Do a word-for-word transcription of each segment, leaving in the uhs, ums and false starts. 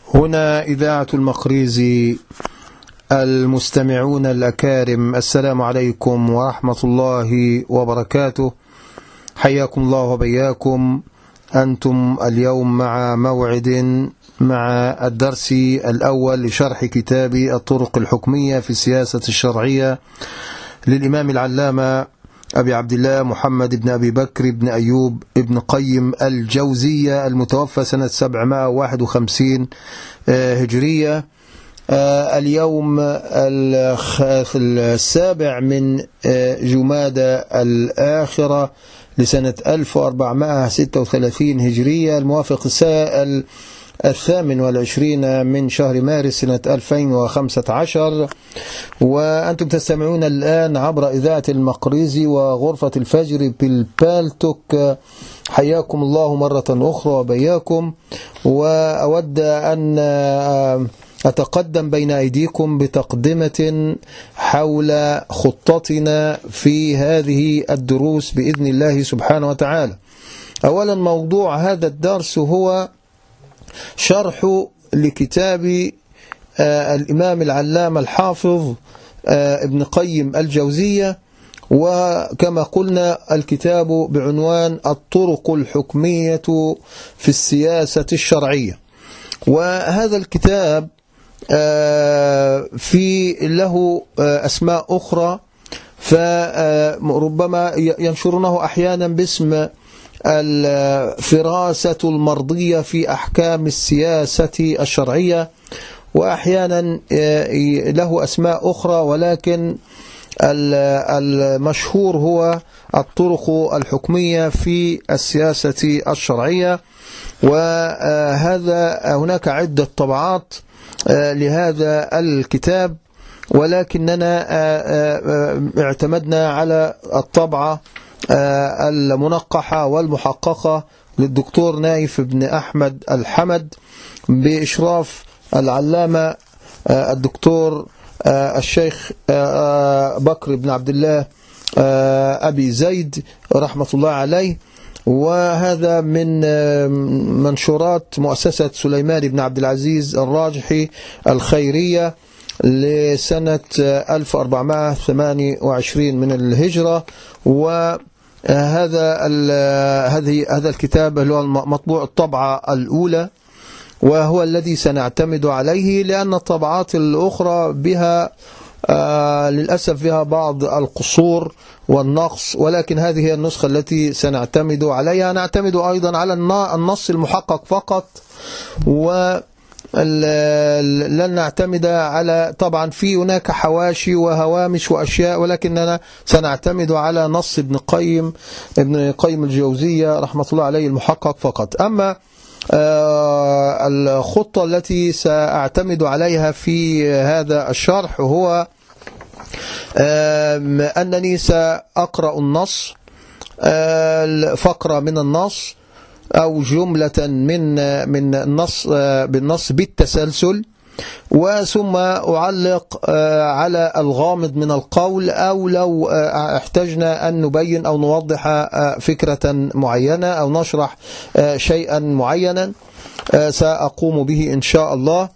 هنا إذاعة المقريزي. المستمعون الأكارم، السلام عليكم ورحمة الله وبركاته. حياكم الله وبياكم. أنتم اليوم مع موعد مع الدرس الأول لشرح كتاب الطرق الحكمية في السياسة الشرعية للإمام العلامة أبي عبد الله محمد بن أبي بكر بن أيوب بن قيم الجوزية، المتوفى سنة سبعمائة وواحد وخمسين هجرية. اليوم السابع من جمادى الآخرة لسنة ألف وأربعمائة وستة وثلاثين هجرية، الموافق السائل الثامن والعشرين من شهر مارس سنة ألفين وخمسة عشر. وأنتم تستمعون الآن عبر إذاعة المقريزي وغرفة الفجر بالبالتوك. حياكم الله مرة أخرى وبياكم. وأود أن أتقدم بين أيديكم بتقدمة حول خطتنا في هذه الدروس بإذن الله سبحانه وتعالى. أولا، موضوع هذا الدرس هو شرح لكتاب الإمام العلامة الحافظ ابن قيم الجوزية، وكما قلنا الكتاب بعنوان الطرق الحكمية في السياسة الشرعية. وهذا الكتاب في له أسماء أخرى، فربما ينشرونه أحيانا باسم الفراسة المرضية في أحكام السياسة الشرعية، وأحيانا له أسماء أخرى، ولكن المشهور هو الطرق الحكمية في السياسة الشرعية. وهذا هناك عدة طبعات لهذا الكتاب، ولكننا اعتمدنا على الطبعة المنقحة والمحققة للدكتور نايف بن أحمد الحمد بإشراف العلامة الدكتور الشيخ بكر بن عبد الله أبي زيد رحمة الله عليه. وهذا من منشورات مؤسسة سليمان بن عبد العزيز الراجحي الخيرية لسنة ألف وأربعمائة وثمانية وعشرين من الهجرة. وهذا هذه هذا الكتاب هو مطبوع الطبعة الأولى، وهو الذي سنعتمد عليه، لأن الطبعات الأخرى بها آه للأسف بها بعض القصور والنقص، ولكن هذه هي النسخة التي سنعتمد عليها. نعتمد أيضا على النص المحقق فقط، ولن نعتمد على، طبعا في هناك حواشي وهوامش وأشياء، ولكننا سنعتمد على نص ابن قيم ابن قيم الجوزية رحمة الله عليه المحقق فقط. أما آه الخطة التي سأعتمد عليها في هذا الشرح هو آه أنني سأقرأ النص، آه فقرة من النص أو جملة من من النص آه بالنص بالتسلسل، وثم أعلق على الغامض من القول، أو لو احتجنا أن نبين أو نوضح فكرة معينة أو نشرح شيئا معينا سأقوم به إن شاء الله.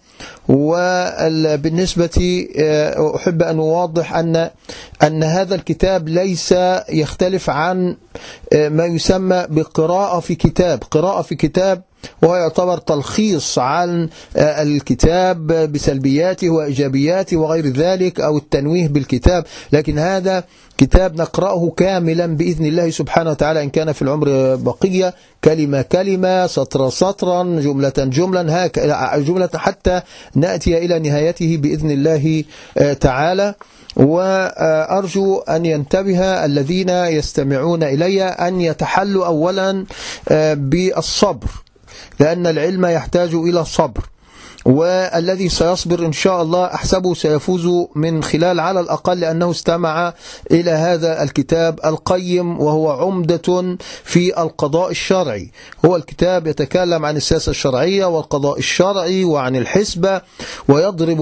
وبالنسبة أحب أن أوضح أن أن هذا الكتاب ليس يختلف عن ما يسمى بقراءة في كتاب. قراءة في كتاب وهو يعتبر تلخيص عن الكتاب بسلبياته وإيجابياته وغير ذلك، أو التنويه بالكتاب، لكن هذا كتاب نقرأه كاملا بإذن الله سبحانه وتعالى إن كان في العمر بقية، كلمة كلمة، سطر سطرا، جملة جملا، هكذا جملة حتى نأتي إلى نهايته بإذن الله تعالى. وأرجو أن ينتبه الذين يستمعون إلي أن يتحلوا أولا بالصبر، لأن العلم يحتاج إلى صبر، والذي سيصبر إن شاء الله أحسبه سيفوز من خلال على الأقل أنه استمع إلى هذا الكتاب القيم، وهو عمدة في القضاء الشرعي. هو الكتاب يتكلم عن السياسة الشرعية والقضاء الشرعي وعن الحسبة، ويضرب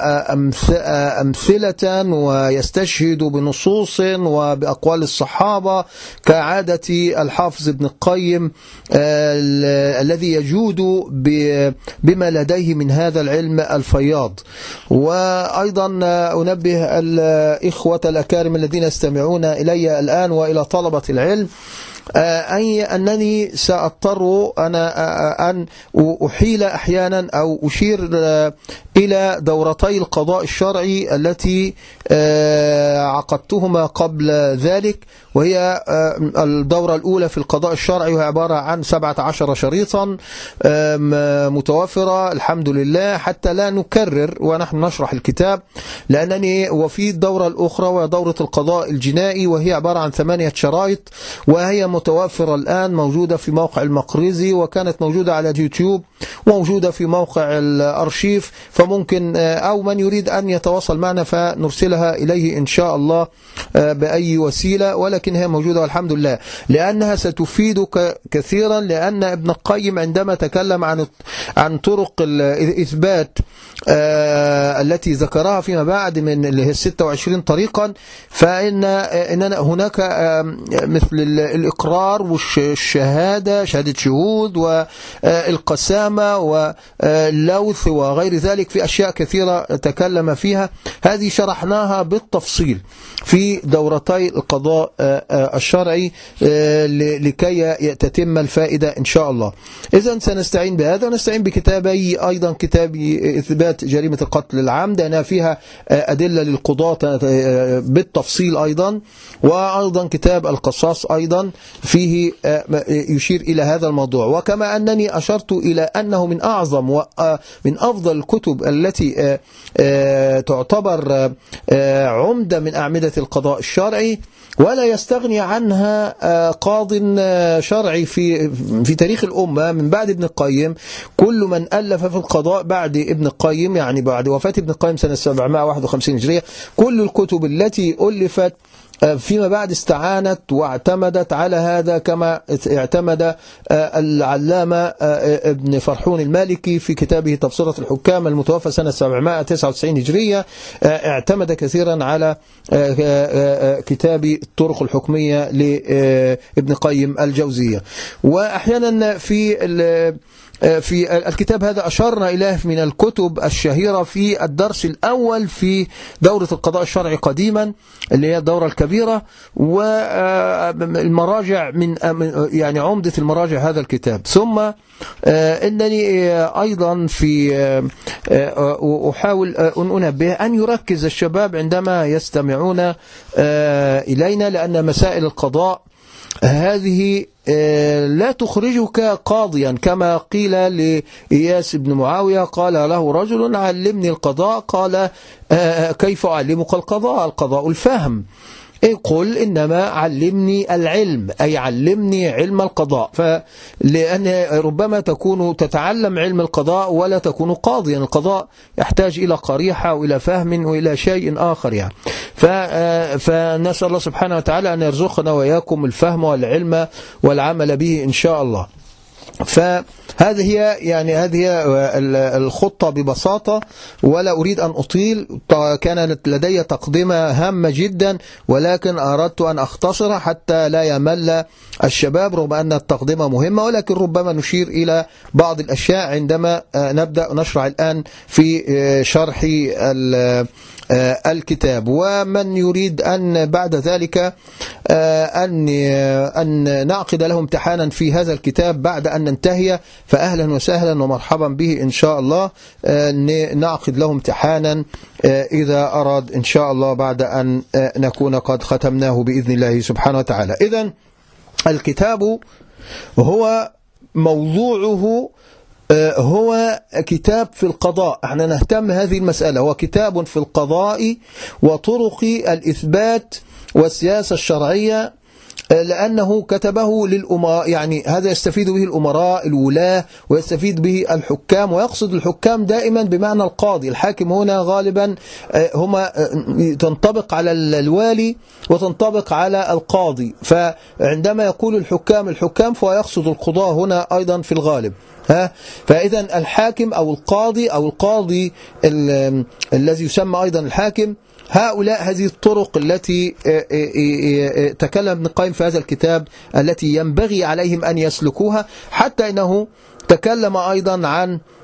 أمثلة ويستشهد بنصوص وبأقوال الصحابة كعادة الحافظ ابن القيم الذي يجود بما لديه من هذا العلم الفياض. وأيضا أنبه الإخوة الأكارم الذين يستمعون إلي الآن وإلى طلبة العلم أي أنني سأضطر أنا أن أحيل أحيانا أو أشير إلى دورتي القضاء الشرعي التي عقدتهما قبل ذلك، وهي الدورة الأولى في القضاء الشرعي، وهي عبارة عن سبعة عشر شريطا متوافرة الحمد لله، حتى لا نكرر ونحن نشرح الكتاب، لأنني وفي الدورة الأخرى وهي دورة القضاء الجنائي، وهي عبارة عن ثمانية شرائط، وهي متوافرة الآن، موجودة في موقع المقريزي، وكانت موجودة على اليوتيوب، وموجودة في موقع الأرشيف، فممكن أو من يريد أن يتواصل معنا فنرسلها إليه إن شاء الله بأي وسيلة، ولكن هي موجودة والحمد لله، لأنها ستفيدك كثيرا. لأن ابن القيم عندما تكلم عن عن طرق الإثبات التي ذكرها فيما بعد من اللي هي ستة وعشرين طريقا، فإن إن هناك مثل الإقرار والشهادة، شهادة شهود، والقسامة واللوث وغير ذلك، في أشياء كثيرة تكلم فيها، هذه شرحناها بالتفصيل في دورتي القضاء الشرعي لكي تتم الفائدة إن شاء الله. إذن سنستعين بهذا، ونستعين بكتابي أيضا، كتاب إثبات جريمة القتل العمد، أنا فيها أدلة للقضاة بالتفصيل أيضا، وأيضا كتاب القصاص أيضا فيه يشير إلى هذا الموضوع. وكما أنني أشرت إلى أنه من أعظم ومن أفضل الكتب التي تعتبر عمدة من أعمدة القضاء الشرعي، ولا يستغني عنها قاض شرعي في في تاريخ الأمة من بعد ابن القيم. كل من ألف في القضاء بعد ابن القيم، يعني بعد وفاة ابن القيم سنة سبعمائة وواحد وخمسين هجرية، كل الكتب التي ألفت فيما بعد استعانت واعتمدت على هذا، كما اعتمد العلامة ابن فرحون المالكي في كتابه تبصرة الحكام المتوفى سنة سبعمائة وتسعة وتسعين هجرية، اعتمد كثيرا على كتاب الطرق الحكمية لابن قيم الجوزية. وأحيانا في في الكتاب هذا أشرنا إليه من الكتب الشهيرة في الدرس الأول في دورة القضاء الشرعي قديما، اللي هي الدورة الكبيرة، والمراجع من يعني عمدة المراجع هذا الكتاب. ثم إنني أيضا في أحاول أن أنبه أن يركز الشباب عندما يستمعون إلينا، لأن مسائل القضاء هذه لا تخرجك قاضيا، كما قيل لإياس بن معاوية، قال له رجل علمني القضاء، قال كيف أعلمك القضاء؟ القضاء الفهم. قل إنما علمني العلم، أي علمني علم القضاء، فلأن ربما تكون تتعلم علم القضاء ولا تكون قاضيا، القضاء يحتاج إلى قريحة وإلى فهم وإلى شيء آخر يعني. فنسأل الله سبحانه وتعالى أن يرزقنا وإياكم الفهم والعلم والعمل به إن شاء الله. فهذه هي يعني هذه هي الخطة ببساطة، ولا أريد أن أطيل. كانت لدي تقدمة هامة جدا، ولكن أردت أن أختصر حتى لا يمل الشباب، رغم أن التقدمة مهمة، ولكن ربما نشير إلى بعض الأشياء عندما نبدأ نشرع الآن في شرح الكتاب. ومن يريد أن بعد ذلك أن أن نعقد له امتحانا في هذا الكتاب بعد أن ننتهي، فأهلا وسهلا ومرحبا به إن شاء الله. نعقد له امتحانا إذا أراد إن شاء الله، بعد أن نكون قد ختمناه بإذن الله سبحانه وتعالى. إذن الكتاب هو موضوعه هو كتاب في القضاء، احنا نهتم هذه المسألة، هو كتاب في القضاء وطرق الإثبات والسياسة الشرعية، لأنه كتبه للأمراء، يعني هذا يستفيد به الأمراء الولاة، ويستفيد به الحكام، ويقصد الحكام دائما بمعنى القاضي. الحاكم هنا غالبا هما تنطبق على الوالي وتنطبق على القاضي، فعندما يقول الحكام الحكام فهو يقصد القضاء هنا أيضا في الغالب. ها فإذا الحاكم أو القاضي أو القاضي الذي يسمى أيضا الحاكم، هؤلاء هذه الطرق التي تكلم ابن القيم في هذا الكتاب التي ينبغي عليهم أن يسلكوها، حتى إنه تكلم أيضا عن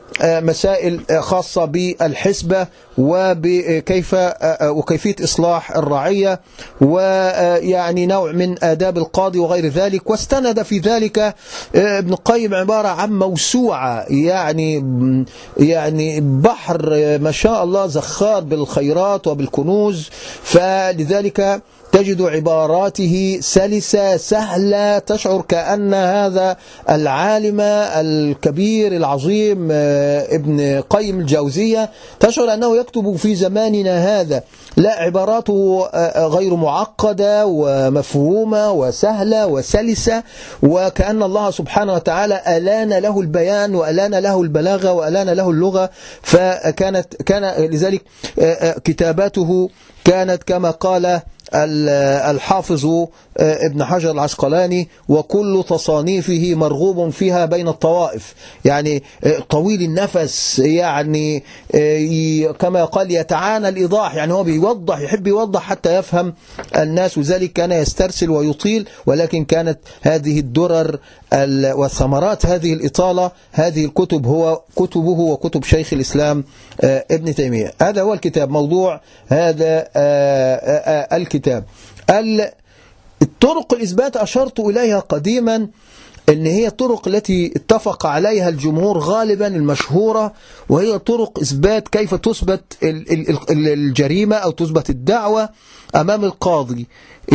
مسائل خاصة بالحسبة وبكيف وكيفية إصلاح الرعية ويعني نوع من آداب القاضي وغير ذلك. واستند في ذلك ابن القيم عبارة عن موسوعة يعني يعني بحر ما شاء الله زخار بالخيرات وبالكنوز. فلذلك تجد عباراته سلسة سهلة، تشعر كأن هذا العالم الكبير العظيم ابن قيم الجوزية تشعر أنه يكتب في زماننا هذا. لا، عباراته غير معقدة ومفهومة وسهلة وسلسة، وكأن الله سبحانه وتعالى ألان له البيان وألان له البلاغة وألان له اللغة. فكانت كان لذلك كتاباته كانت كما قال الحافظ ابن حجر العسقلاني: وكل تصانيفه مرغوب فيها بين الطوائف. يعني طويل النفس، يعني كما قال يتعانى الإيضاح، يعني هو بيوضح، يحب يوضح حتى يفهم الناس، وذلك كان يسترسل ويطيل. ولكن كانت هذه الدرر والثمرات هذه الإطالة هذه الكتب هو كتبه وكتب شيخ الإسلام ابن تيمية. هذا هو الكتاب، موضوع هذا الكتاب. الطرق الإثبات أشرت إليها قديما إن هي الطرق التي اتفق عليها الجمهور غالبا المشهورة، وهي طرق إثبات كيف تثبت الجريمة أو تثبت الدعوة أمام القاضي.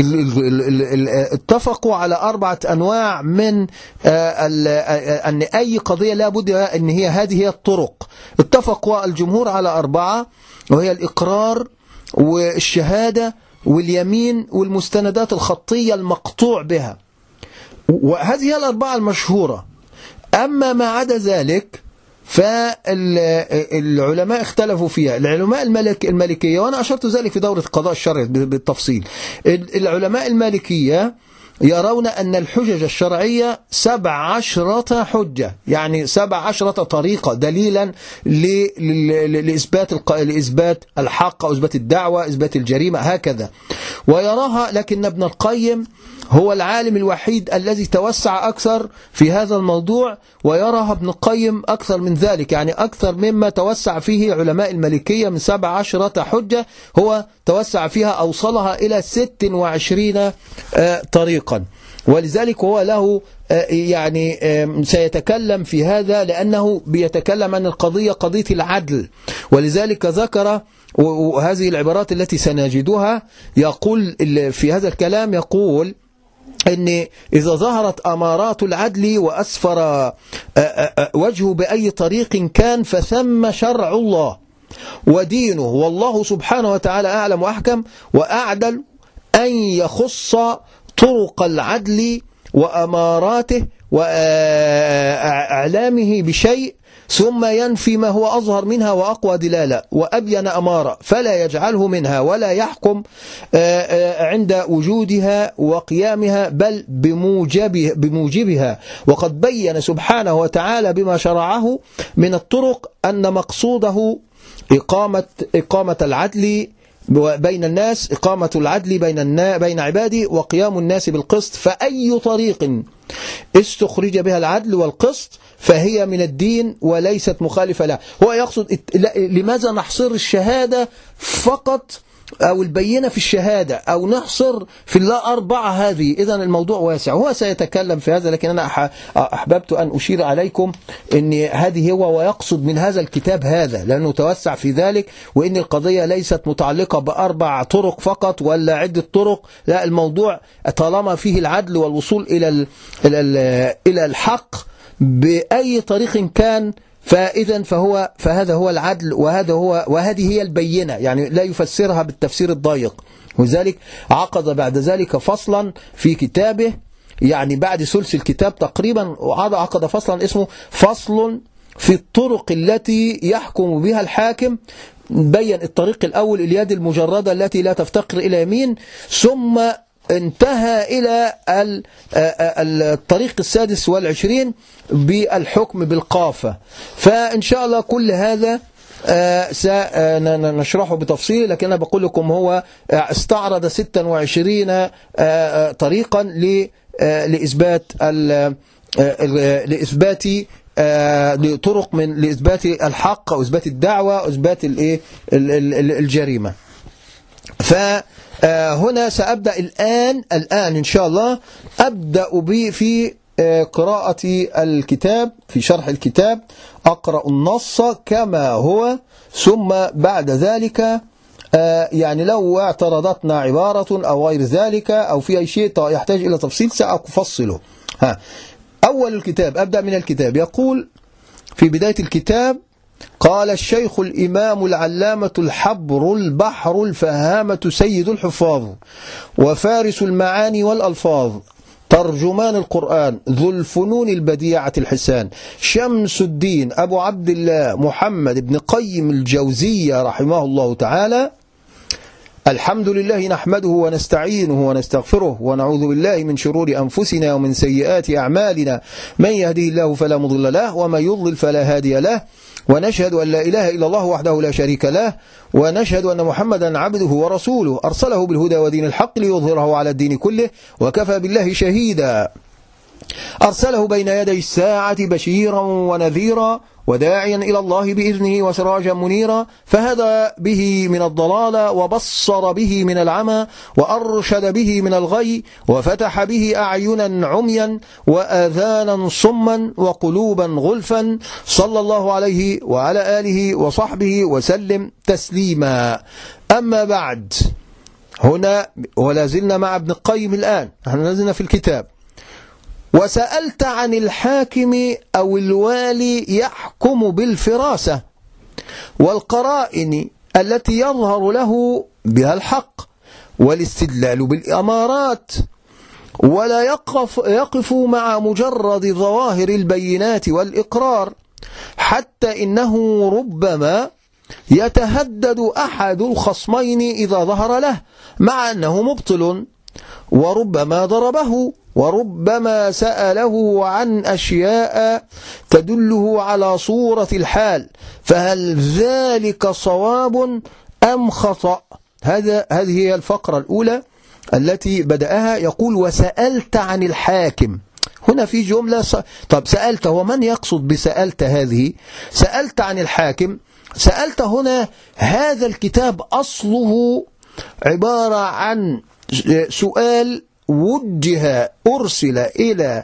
اتفقوا على أربعة أنواع من أن أي قضية لا بد أن هي هذه هي الطرق. اتفقوا الجمهور على أربعة، وهي الإقرار والشهادة واليمين والمستندات الخطية المقطوع بها، وهذه الأربعة المشهورة. أما ما عدا ذلك فالعلماء اختلفوا فيها. العلماء المالك المالكية، وأنا أشرت ذلك في دورة القضاء الشرعي بالتفصيل، العلماء المالكية يرون أن الحجج الشرعية سبع عشرة حجة، يعني سبع عشرة طريقة دليلا لإثبات لإثبات الحق أو إثبات الدعوة، إثبات الجريمة، هكذا. ويراها، لكن ابن القيم هو العالم الوحيد الذي توسع أكثر في هذا الموضوع، ويراها ابن القيم أكثر من ذلك، يعني أكثر مما توسع فيه علماء المالكية من سبع عشرة حجة، هو توسع فيها أوصلها إلى ست وعشرين طريقا. ولذلك هو له يعني سيتكلم في هذا، لأنه بيتكلم عن القضية قضية العدل. ولذلك ذكر، وهذه العبارات التي سنجدها، يقول في هذا الكلام، يقول إن إذا ظهرت أمارات العدل وأسفر وجهه بأي طريق كان فثم شرع الله ودينه، والله سبحانه وتعالى أعلم وأحكم وأعدل أن يخص طرق العدل وأماراته وأعلامه بشيء ثم ينفي ما هو أظهر منها وأقوى دلالة وأبين أمارة، فلا يجعله منها ولا يحكم عند وجودها وقيامها، بل بموجبها, بموجبها. وقد بين سبحانه وتعالى بما شرعه من الطرق أن مقصوده إقامة, إقامة العدل بين الناس، إقامة العدل بين بين عباده وقيام الناس بالقسط. فأي طريق استخرج بها العدل والقسط فهي من الدين وليست مخالفة له. هو يقصد لماذا نحصر الشهادة فقط أو البينة في الشهادة، أو نحصر في الله أربعة هذه؟ إذن الموضوع واسع، هو سيتكلم في هذا، لكن أنا أحببت أن أشير عليكم أن هذه هو ويقصد من هذا الكتاب هذا، لأنه توسع في ذلك، وأن القضية ليست متعلقة بأربع طرق فقط ولا عدة طرق، لا، الموضوع طالما فيه العدل والوصول إلى إلى الحق بأي طريق كان، فإذا فهو فهذا هو العدل، وهذا هو وهذه هي البينة، يعني لا يفسرها بالتفسير الضيق. ولذلك عقد بعد ذلك فصلا في كتابه، يعني بعد ثلث الكتاب تقريبا عقد فصلا اسمه فصل في الطرق التي يحكم بها الحاكم. بين الطريق الأول اليد المجردة التي لا تفتقر إلى يمين، ثم انتهى إلى الطريق السادس والعشرين بالحكم بالقافة. فإن شاء الله كل هذا سنشرحه بتفصيل، لكن أنا بقول لكم هو استعرض ستة وعشرين طريقا لإثبات لإثبات طرق من لإثبات الحق أو إثبات الدعوة أو إثبات الإيه الجريمة. فهنا سأبدأ الآن الآن إن شاء الله أبدأ بي في قراءة الكتاب، في شرح الكتاب، أقرأ النص كما هو، ثم بعد ذلك يعني لو اعترضتنا عبارة أو غير ذلك أو في أي شيء يحتاج إلى تفصيل سأفصله. ها أول الكتاب، أبدأ من الكتاب. يقول في بداية الكتاب: قال الشيخ الإمام العلامة الحبر البحر الفهامة سيد الحفاظ وفارس المعاني والألفاظ، ترجمان القرآن، ذو الفنون البديعة الحسان، شمس الدين أبو عبد الله محمد بن قيم الجوزية رحمه الله تعالى. الحمد لله نحمده ونستعينه ونستغفره ونعوذ بالله من شرور أنفسنا ومن سيئات أعمالنا، من يهده الله فلا مضل له ومن يضلل فلا هادي له، ونشهد أن لا إله إلا الله وحده لا شريك له، ونشهد أن محمدا عبده ورسوله أرسله بالهدى ودين الحق ليظهره على الدين كله وكفى بالله شهيدا. أرسله بين يدي الساعة بشيرا ونذيرا وداعيا إلى الله بإذنه وسراجا منيرا، فهدى به من الضلال وبصر به من العمى وأرشد به من الغي، وفتح به أعينا عميا وآذانا صما وقلوبا غلفا، صلى الله عليه وعلى آله وصحبه وسلم تسليما. أما بعد، هنا ولا زلنا مع ابن القيم الآن، نحن نزلنا في الكتاب. وسألت عن الحاكم أو الوالي يحكم بالفراسة والقرائن التي يظهر له بها الحق والاستدلال بالأمارات، ولا يقف, يقف مع مجرد ظواهر البينات والإقرار، حتى إنه ربما يتهدد أحد الخصمين إذا ظهر له مع أنه مبطل، وربما ضربه، وربما سأله عن أشياء تدله على صورة الحال، فهل ذلك صواب أم خطأ؟ هذا هذه هي الفقرة الأولى التي بدأها. يقول: وسألت عن الحاكم. هنا في جملة ص... طب سألت، ومن يقصد بسألت هذه؟ سألت عن الحاكم. سألت هنا، هذا الكتاب أصله عبارة عن سؤال وجه أرسل إلى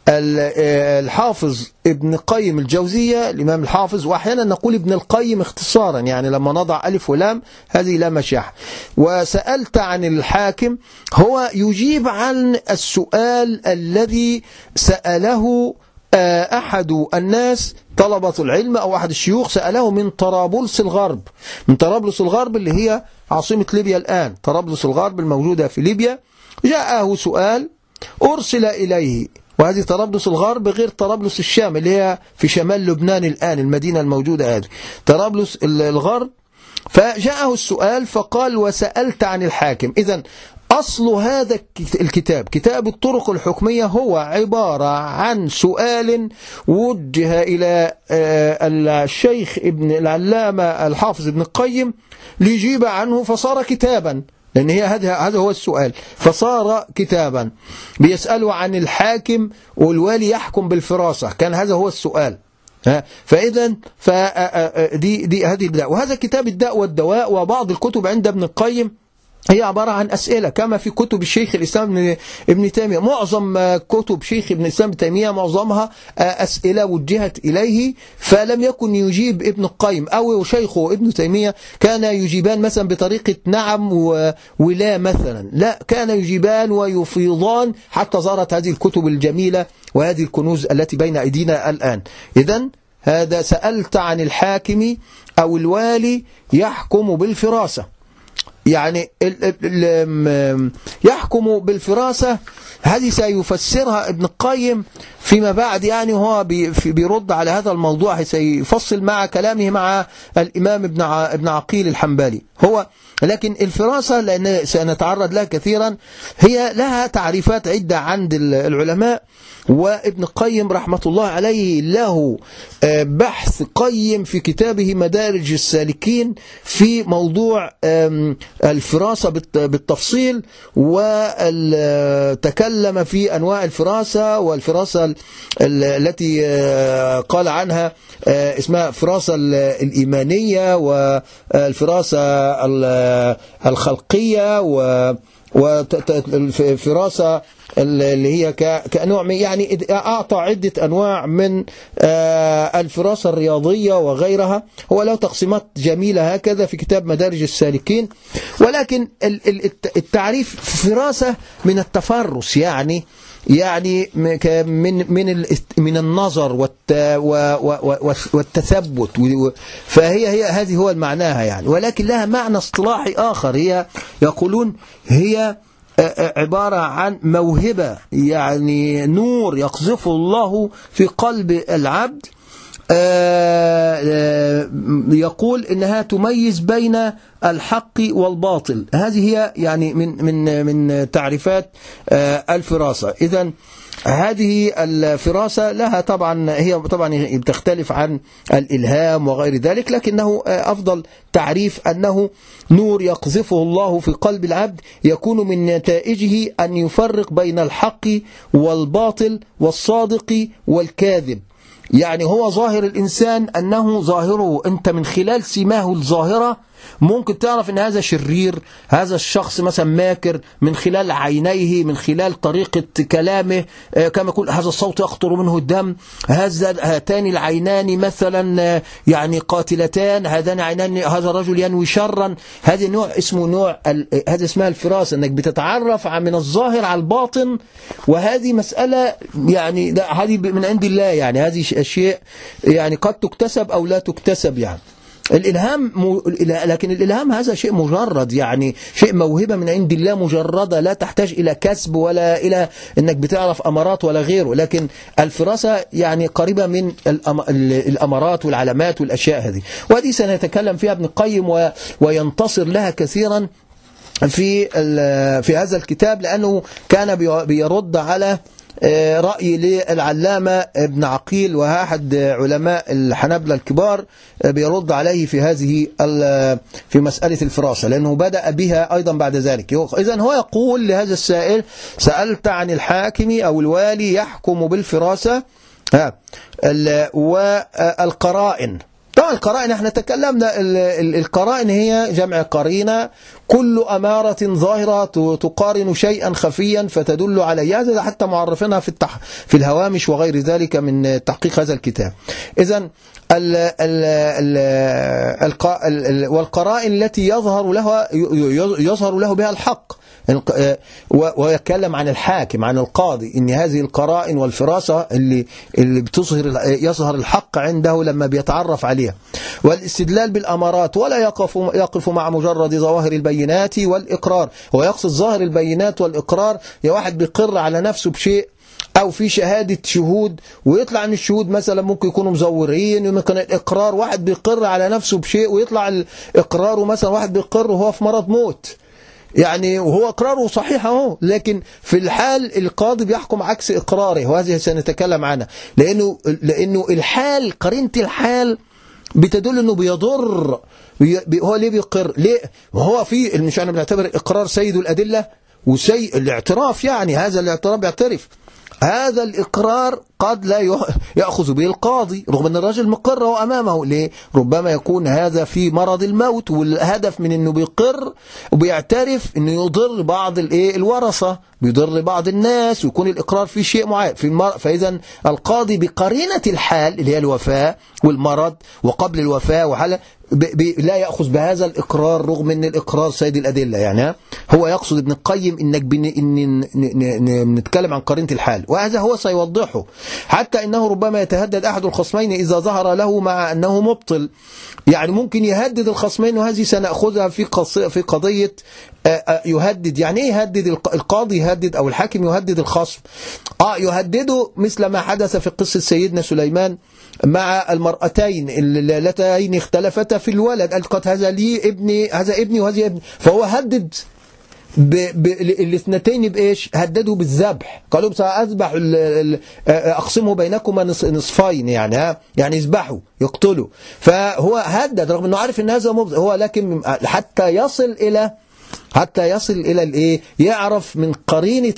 الحافظ ابن قيم الجوزية، الإمام الحافظ، وأحيانا نقول ابن القيم اختصارا، يعني لما نضع ألف ولام هذه لا مشاحة. وسألت عن الحاكم هو يجيب عن السؤال الذي سأله أحد الناس طلبة العلم أو أحد الشيوخ، سأله من طرابلس الغرب، من طرابلس الغرب اللي هي عاصمة ليبيا الآن، طرابلس الغرب الموجودة في ليبيا. جاءه سؤال أرسل إليه، وهذه طرابلس الغرب غير طرابلس الشام اللي هي في شمال لبنان الآن، المدينة الموجودة هذه طرابلس الغرب. فجاءه السؤال فقال: وسألت عن الحاكم. إذن أصل هذا الكتاب، كتاب الطرق الحكمية، هو عبارة عن سؤال وجه إلى الشيخ ابن العلامة الحافظ ابن القيم ليجيب عنه، فصار كتابا، لأن هي هذا هذا هو السؤال، فصار كتابا. بيسألوا عن الحاكم والوالي يحكم بالفراسة، كان هذا هو السؤال. فإذا فدي دي هذه البداية. وهذا كتاب الداء والدواء، وبعض الكتب عند ابن القيم هي عبارة عن أسئلة، كما في كتب الشيخ الإسلام ابن تيمية. معظم كتب شيخ ابن الإسلام ابن تيمية معظمها أسئلة وجهت إليه، فلم يكن يجيب ابن القيم أو شيخه ابن تيمية كان يجيبان مثلا بطريقة نعم ولا مثلا، لا، كان يجيبان ويفيضان حتى ظهرت هذه الكتب الجميلة وهذه الكنوز التي بين أيدينا الآن. إذن هذا سألت عن الحاكم أو الوالي يحكم بالفراسة، يعني يحكم بالفراسة، هذه سيفسرها ابن القيم فيما بعد، يعني هو بيرد على هذا الموضوع، سيفصل مع كلامه مع الإمام ابن ابن عقيل الحنبلي. هو لكن الفراسة، لأن سنتعرض لها كثيرا، هي لها تعريفات عدة عند العلماء، وابن القيم رحمة الله عليه له بحث قيم في كتابه مدارج السالكين في موضوع الفراسة بالتفصيل، وتكلم في أنواع الفراسة والفراسة الفراسة التي قال عنها اسمها فراسة الإيمانية والفراسة الخلقية والفراسة اللي هي كنوع من يعني أعطى عدة أنواع من الفراسة الرياضية وغيرها. هو له تقسيمات جميلة هكذا في كتاب مدارج السالكين، ولكن التعريف فراسة من التفرس، يعني يعني من من من النظر والتثبت، فهي هي هذه هو معناها يعني، ولكن لها معنى اصطلاحي آخر. هي يقولون هي عبارة عن موهبة، يعني نور يقذفه الله في قلب العبد، يقول إنها تميز بين الحق والباطل. هذه هي يعني من من من تعريفات الفراسة. إذن هذه الفراسة لها طبعا هي طبعا بتختلف عن الإلهام وغير ذلك، لكنه أفضل تعريف أنه نور يقذفه الله في قلب العبد يكون من نتائجه أن يفرق بين الحق والباطل والصادق والكاذب. يعني هو ظاهر الإنسان أنه ظاهره أنت من خلال سماه الظاهرة ممكن تعرف أن هذا شرير، هذا الشخص مثلا ماكر، من خلال عينيه، من خلال طريقة كلامه، كما يقول هذا الصوت يقطر منه الدم، هذا هاتان العينان مثلا يعني قاتلتان، هذان عينان هذا الرجل ينوي شرا. هذا نوع اسمه نوع هذا اسمها الفراسة، أنك بتتعرف من الظاهر على الباطن، وهذه مسألة يعني هذه من عند الله، يعني هذه أشياء يعني قد تكتسب أو لا تكتسب. يعني الإلهام م... لكن الإلهام هذا شيء مجرد، يعني شيء موهبة من عند الله مجردة، لا تحتاج إلى كسب ولا إلى أنك بتعرف أمارات ولا غيره. لكن الفراسة يعني قريبة من الأم... الأمارات والعلامات والأشياء هذه، وهذه سنتكلم فيها ابن القيم و... وينتصر لها كثيرا في ال... في هذا الكتاب، لأنه كان بي... بيرد على رأي للعلامة ابن عقيل وهو أحد علماء الحنابلة الكبار، بيرد عليه في هذه في مسألة الفراسة، لأنه بدأ بها أيضا بعد ذلك. إذن هو يقول لهذا السائل: سألت عن الحاكم أو الوالي يحكم بالفراسة ها والقرائن. طبعا القرائن احنا تكلمنا، القرائن هي جمع قرينة، كل أمارة ظاهرة تقارن شيئا خفيا فتدل عليه، هذا حتى معرفينها في التح في الهوامش وغير ذلك من تحقيق هذا الكتاب. إذن والقرائن التي يظهر لها يظهر له بها الحق، ويتكلم عن الحاكم عن القاضي ان هذه القرائن والفراسة اللي اللي بتظهر يظهر الحق عنده لما بيتعرف عليها. والاستدلال بالامارات ولا يقف يقف مع مجرد ظواهر البينات والاقرار. هو يقصد ظاهر البينات والاقرار، يا واحد بيقر على نفسه بشيء أو في شهادة شهود ويطلع أن الشهود مثلا ممكن يكونوا مزورين، وممكن الإقرار واحد بيقر على نفسه بشيء ويطلع الإقرار مثلا واحد بيقر وهو في مرض موت، يعني وهو إقراره صحيح اهو، لكن في الحال القاضي بيحكم عكس إقراره، وهذه سنتكلم عنها، لأنه لأنه الحال قرينة الحال بتدل أنه بيضر. هو ليه بيقر؟ ليه؟ وهو في مش أنا بنعتبر الإقرار سيد الأدلة وسيد الاعتراف، يعني هذا الاعتراف بيعترف، هذا الإقرار قد لا يأخذ به القاضي رغم أن الرجل مقر هو أمامه. ليه؟ ربما يكون هذا في مرض الموت، والهدف من أنه بيقر وبيعترف أنه يضر بعض الورثة، بيضر بعض الناس، ويكون الإقرار في شيء معين في المر... فإذا القاضي بقرينة الحال اللي هي الوفاة والمرض وقبل الوفاة وحالة ب... ب... لا يأخذ بهذا الإقرار رغم أن الإقرار سيد الأدلة. يعني هو يقصد ابن القيم إنك بن... إن ن... نتكلم عن قرينة الحال، وهذا هو سيوضحه، حتى إنه ربما يتهدد أحد الخصمين إذا ظهر له مع أنه مبطل. يعني ممكن يهدد الخصمين، وهذه سنأخذها في قص... في قضية يهدد. يعني ايه يهدد؟ القاضي يهدد او الحاكم يهدد الخصم، اه يهدده مثل ما حدث في قصة سيدنا سليمان مع المرأتين اللتين اختلفتا في الولد، قالت هذا لي ابني، هذا ابني وهذا ابني، فهو هدد الاثنتين بايش؟ هددوا بالذبح، قالوا سأذبح اقسمه بينكما نصفين، يعني ها يعني يذبحوا يقتلوا، فهو هدد رغم انه عارف ان هذا مبطل، هو لكن حتى يصل الى حتى يصل إلى الإيه، يعرف من قرينة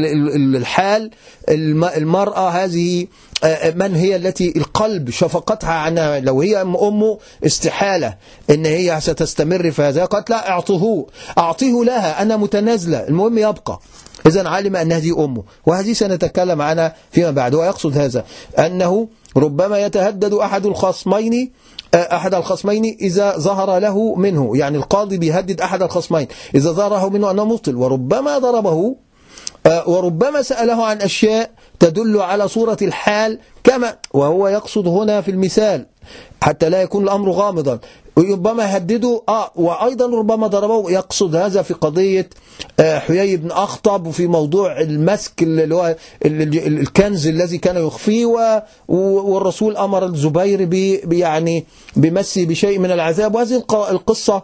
الحال المرأة هذه من هي التي القلب شفقتها عنها. لو هي أمه استحالة إن هي ستستمر في هذا، قالت لا أعطيه أعطيه لها أنا متنازلة، المهم يبقى. إذن علم أن هذه أمه، وهذه سنتكلم عنها فيما بعد. ويقصد هذا أنه ربما يتهدد أحد الخصمين أحد الخصمين إذا ظهر له منه، يعني القاضي بيهدد أحد الخصمين إذا ظهره منه أنه مبطل، وربما ضربه وربما سأله عن أشياء تدل على صورة الحال كما، وهو يقصد هنا في المثال حتى لا يكون الأمر غامضا، ربما يهدده آه وأيضا ربما ضربه. يقصد هذا في قضية حيي بن أخطب وفي موضوع المسك اللي هو الكنز الذي كان يخفيه، والرسول أمر الزبير يعني بمسه بشيء من العذاب. وهذه القصة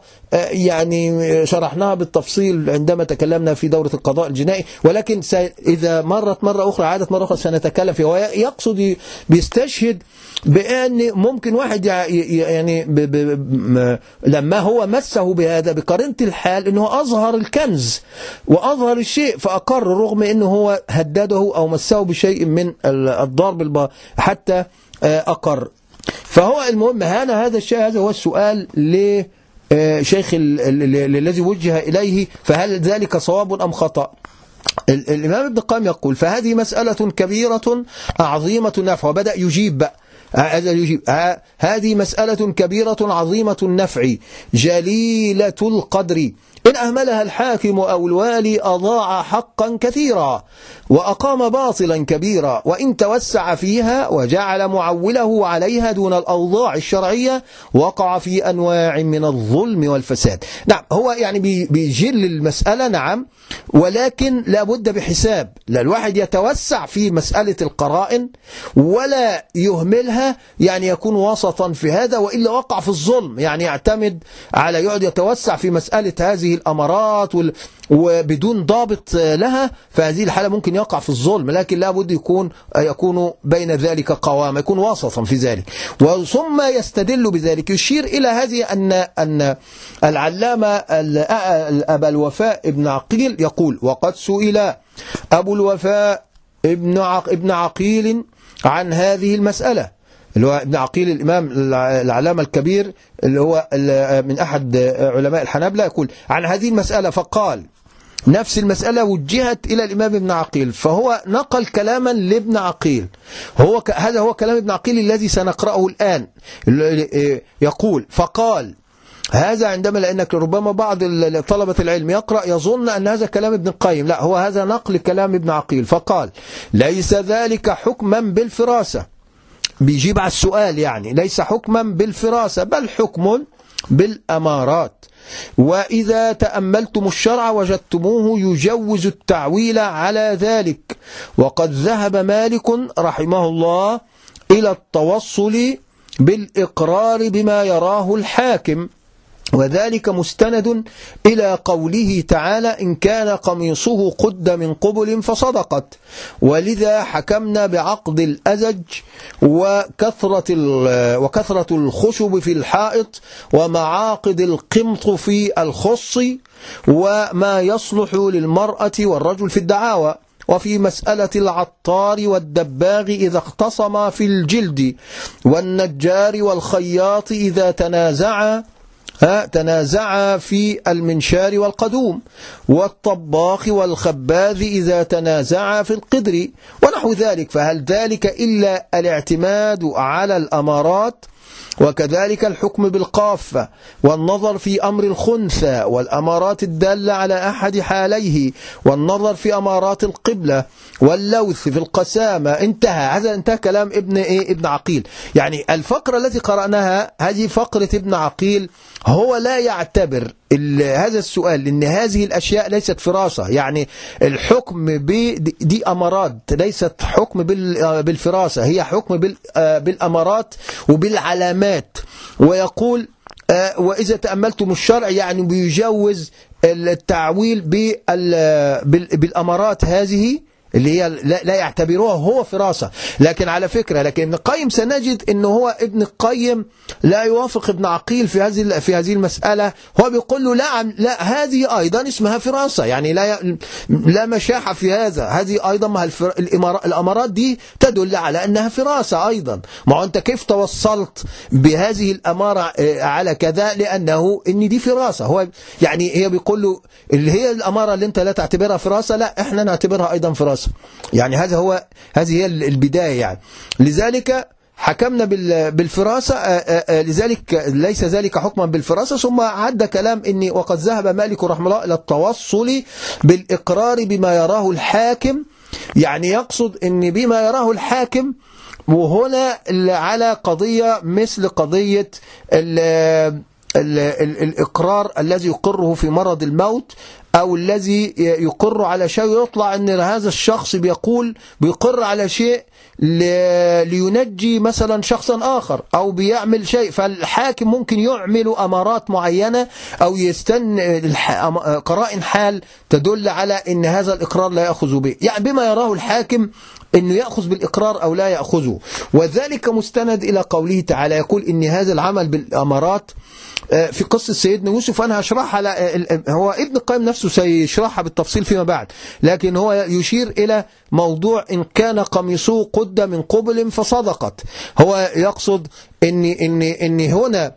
يعني شرحناها بالتفصيل عندما تكلمنا في دورة القضاء الجنائي، ولكن إذا مرت مرة أخرى عادت مرة أخرى سنتكلم فيها. ويقصد بيستشهد بأن ممكن واحد يعني ب ب لما هو مسه بهذا بقرينة الحال أنه أظهر الكنز وأظهر الشيء فأقر، رغم أنه هو هدده أو مسه بشيء من الضرب حتى أقر. فهو المهم هنا هذا الشيء، هذا هو السؤال لشيخ الذي وجه إليه، فهل ذلك صواب أم خطأ؟ الإمام ابن القيم يقول فهذه مسألة كبيرة عظيمة النفع، وبدأ يجيب بقى هذا يجيب هذه مسألة كبيرة عظيمة النفع جليلة القدر، إن أهملها الحاكم أو الوالي أضاع حقا كثيرا وأقام باطلا كبيرا، وإن توسع فيها وجعل معوله عليها دون الأوضاع الشرعية وقع في أنواع من الظلم والفساد. نعم، هو يعني بيجل المسألة، نعم، ولكن لابد بحساب، لا الواحد يتوسع في مسألة القرائن ولا يهملها، يعني يكون وسطا في هذا، وإلا وقع في الظلم، يعني يعتمد على يقعد يتوسع في مسألة هذه الأمارات وال... وبدون ضابط لها، فهذه الحالة ممكن يقع في الظلم، لكن لابد يكون يكون بين ذلك قوام، يكون وسطا في ذلك. وثم يستدل بذلك، يشير إلى هذه أن أن العلامة أبا الوفاء ابن عقيل يقول وقد سئل أبو الوفاء ابن ابن عقيل عن هذه المسألة، اللي هو ابن عقيل الإمام العلامة الكبير اللي هو من أحد علماء الحنابلة، يقول عن هذه المسألة، فقال نفس المسألة وجهت إلى الإمام ابن عقيل، فهو نقل كلاما لابن عقيل، هو ك... هذا هو كلام ابن عقيل الذي سنقرأه الآن. يقول فقال هذا عندما، لأنك ربما بعض طلبة العلم يقرأ يظن أن هذا كلام ابن القيم، لا، هو هذا نقل كلام ابن عقيل. فقال ليس ذلك حكما بالفراسة، بيجيب على السؤال، يعني ليس حكما بالفراسة بل حكم بالأمارات، وإذا تأملتم الشرع وجدتموه يجوز التعويل على ذلك، وقد ذهب مالك رحمه الله إلى التوصل بالإقرار بما يراه الحاكم، وذلك مستند إلى قوله تعالى إن كان قميصه قد من قبل فصدقت، ولذا حكمنا بعقد الأزج وكثرة وكثرة الخشب في الحائط ومعاقد القمط في الخص وما يصلح للمرأة والرجل في الدعاوى، وفي مسألة العطار والدباغ إذا اختصما في الجلد، والنجار والخياط إذا تنازعا تنازع في المنشار والقدوم، والطباخ والخباز إذا تنازع في القدر ونحو ذلك. فهل ذلك إلا الاعتماد على الأمارات؟ وكذلك الحكم بالقافة والنظر في أمر الخنثى والأمارات الدالة على أحد حاليه، والنظر في أمارات القبلة واللوث في القسامة. انتهى، هذا انتهى كلام ابن إيه ابن عقيل. يعني الفقرة التي قرأناها هذه فقرة ابن عقيل، هو لا يعتبر هذا السؤال لأن هذه الأشياء ليست فراسة، يعني الحكم بدي أمارات، ليست حكم بالفراسة، هي حكم بالأمارات وبالعلامات. ويقول وإذا تأملتم الشرع يعني بيجوز التعويل بالأمارات هذه اللي هي لا, لا يعتبروها هو فراسة. لكن على فكرة، لكن ابن القيم سنجد انه هو ابن القيم لا يوافق ابن عقيل في هذه في هذه المسألة. هو بيقول له لا لا هذه ايضا اسمها فراسة، يعني لا لا مشاحة في هذا، هذه ايضا ما الامارات دي تدل على انها فراسة ايضا. ما هو انت كيف توصلت بهذه الامارة على كذا؟ لانه ان دي فراسة. هو يعني هي بيقول له اللي هي الامارة اللي انت لا تعتبرها فراسة، لا احنا نعتبرها ايضا فراسة. يعني هذا هو هذه هي البداية يعني. لذلك حكمنا بالفراسة، لذلك ليس ذلك حكما بالفراسة. ثم عد كلام إني وقد ذهب مالك رحمه الله إلى التوصل بالإقرار بما يراه الحاكم، يعني يقصد إن بما يراه الحاكم، وهنا على قضية مثل قضية ال ال ال الإقرار الذي يقره في مرض الموت، أو الذي يقر على شيء يطلع أن هذا الشخص بيقول بيقر على شيء لينجي مثلا شخصا آخر، أو بيعمل شيء، فالحاكم ممكن يعمل أمارات معينة أو يستن قرائن حال تدل على أن هذا الإقرار لا يأخذ به، يعني بما يراه الحاكم أنه يأخذ بالإقرار أو لا يأخذه. وذلك مستند إلى قوله تعالى، يقول إن هذا العمل بالأمارات في قصة سيدنا يوسف. أنا هشرحها، هو ابن القيم نفسه سيشرحها بالتفصيل فيما بعد، لكن هو يشير إلى موضوع إن كان قميصه قد من قبل فصدقت. هو يقصد إن إن إن هنا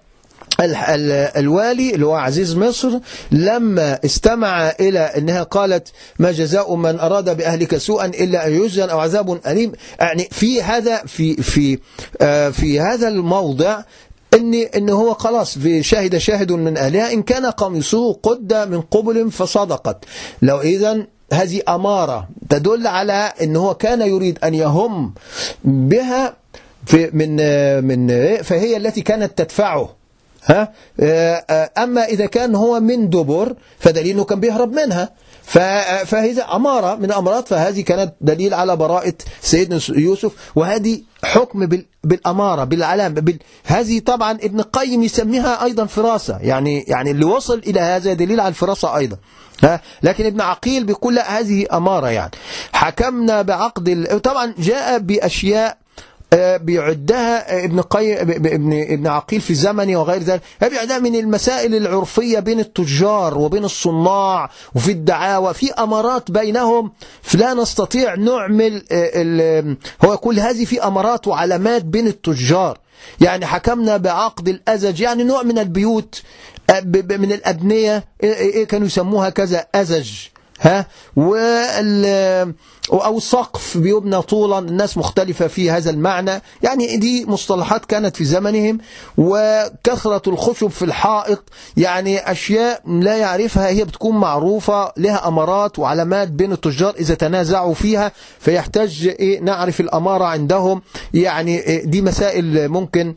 الوالي اللي هو عزيز مصر لما استمع إلى أنها قالت ما جزاء من أراد بأهلك سوءا إلا أن يجزى أو عذاب أليم، يعني في هذا في في في هذا الموضع إن إن هو خلاص في شاهد شاهد من أهلها إن كان قميصه قد من قبل فصدقت. لو إذن هذه أمارة تدل على إن هو كان يريد أن يهم بها في من من فهي التي كانت تدفعه. ها أما إذا كان هو من دبر فدليل إنه كان بيهرب منها، فهذه أمارة من الأمارات، فهذه كانت دليل على براءة سيدنا يوسف. وهذه حكم بالأمارة بالعلامة بال... هذه طبعا ابن القيم يسميها أيضا فراسة، يعني يعني اللي وصل إلى هذا دليل على الفراسة أيضا. ها لكن ابن عقيل بيقول لا هذه أمارة. يعني حكمنا بعقد ال... طبعا جاء بأشياء بيعدها ابن قي... ابن ابن عقيل في زمنه وغير ذلك، بيعدها من المسائل العرفية بين التجار وبين الصناع وفي الدعاوى، في أمارات بينهم فلا نستطيع نعمل ال... هو يقول هذه في أمارات وعلامات بين التجار. يعني حكمنا بعقد الأزج، يعني نوع من البيوت من الأبنية كانوا يسموها كذا أزج، ها وال أو سقف بيبنى طولا، الناس مختلفة في هذا المعنى، يعني دي مصطلحات كانت في زمنهم. وكثرة الخشب في الحائط، يعني أشياء لا يعرفها هي بتكون معروفة لها أمارات وعلامات بين التجار إذا تنازعوا فيها، فيحتاج إيه نعرف الأمارة عندهم. يعني دي مسائل ممكن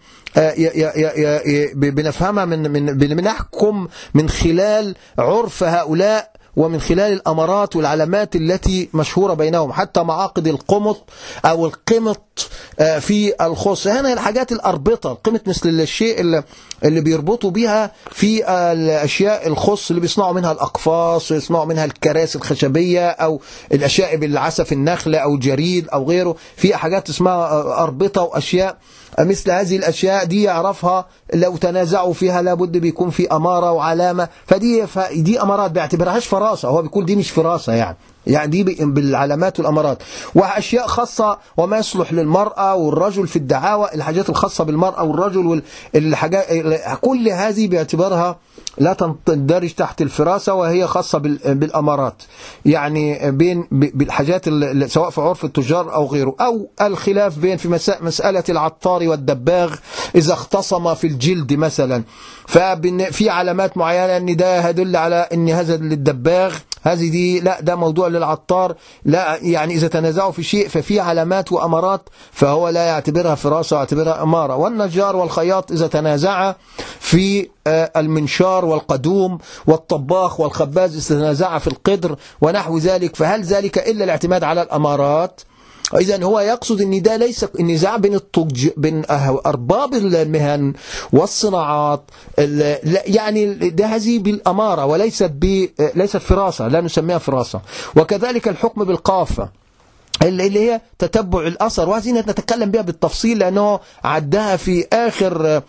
بنفهمها من من بنحكم من خلال عرف هؤلاء ومن خلال الأمارات والعلامات التي مشهورة بينهم، حتى معاقد القمط أو القمط في الخص. هنا الحاجات الأربطة، القمط مثل الشيء اللي بيربطوا بها في الأشياء الخص اللي بيصنعوا منها الأقفاص، يصنعوا منها الكراسي الخشبية أو الأشياء بالعسف النخلة أو جريد أو غيره، في حاجات اسمها أربطة وأشياء مثل هذه الأشياء دي يعرفها لو تنازعوا فيها لابد بيكون في أمارة وعلامة، فدي دي أمارات بيعتبرهاش فراسة. هو بيقول دي مش فراسة، يعني يعني دي بالعلامات والأمارات. وأشياء خاصة وما يصلح للمرأة والرجل في الدعاوى، الحاجات الخاصة بالمرأة والرجل والحاجات كل هذه باعتبارها لا تندرج تحت الفراسة، وهي خاصة بالأمارات، يعني بين بالحاجات سواء في عرف التجار أو غيره. أو الخلاف بين في مسألة العطار والدباغ إذا اختصم في الجلد مثلا، ففي علامات معينة أن ده يدل على أن هذا للدباغ، هذه دي لا ده موضوع للعطار، لا يعني إذا تنازعوا في شيء ففي علامات وأمارات، فهو لا يعتبرها فراسة يعتبرها أمارة. والنجار والخياط إذا تنازع في المنشار والقدوم، والطباخ والخباز إذا تنازع في القدر ونحو ذلك، فهل ذلك إلا الاعتماد على الأمارات؟ إذن هو يقصد أن ده ليس النزاع بين التج... بين أرباب المهن والصناعات، يعني ده هذه بالأمارة وليست ب... ليست فراسة، لا نسميها فراسة. وكذلك الحكم بالقافة، اللي هي تتبع الأثر، وعايزين نتكلم بها بالتفصيل لأنه عدها في آخر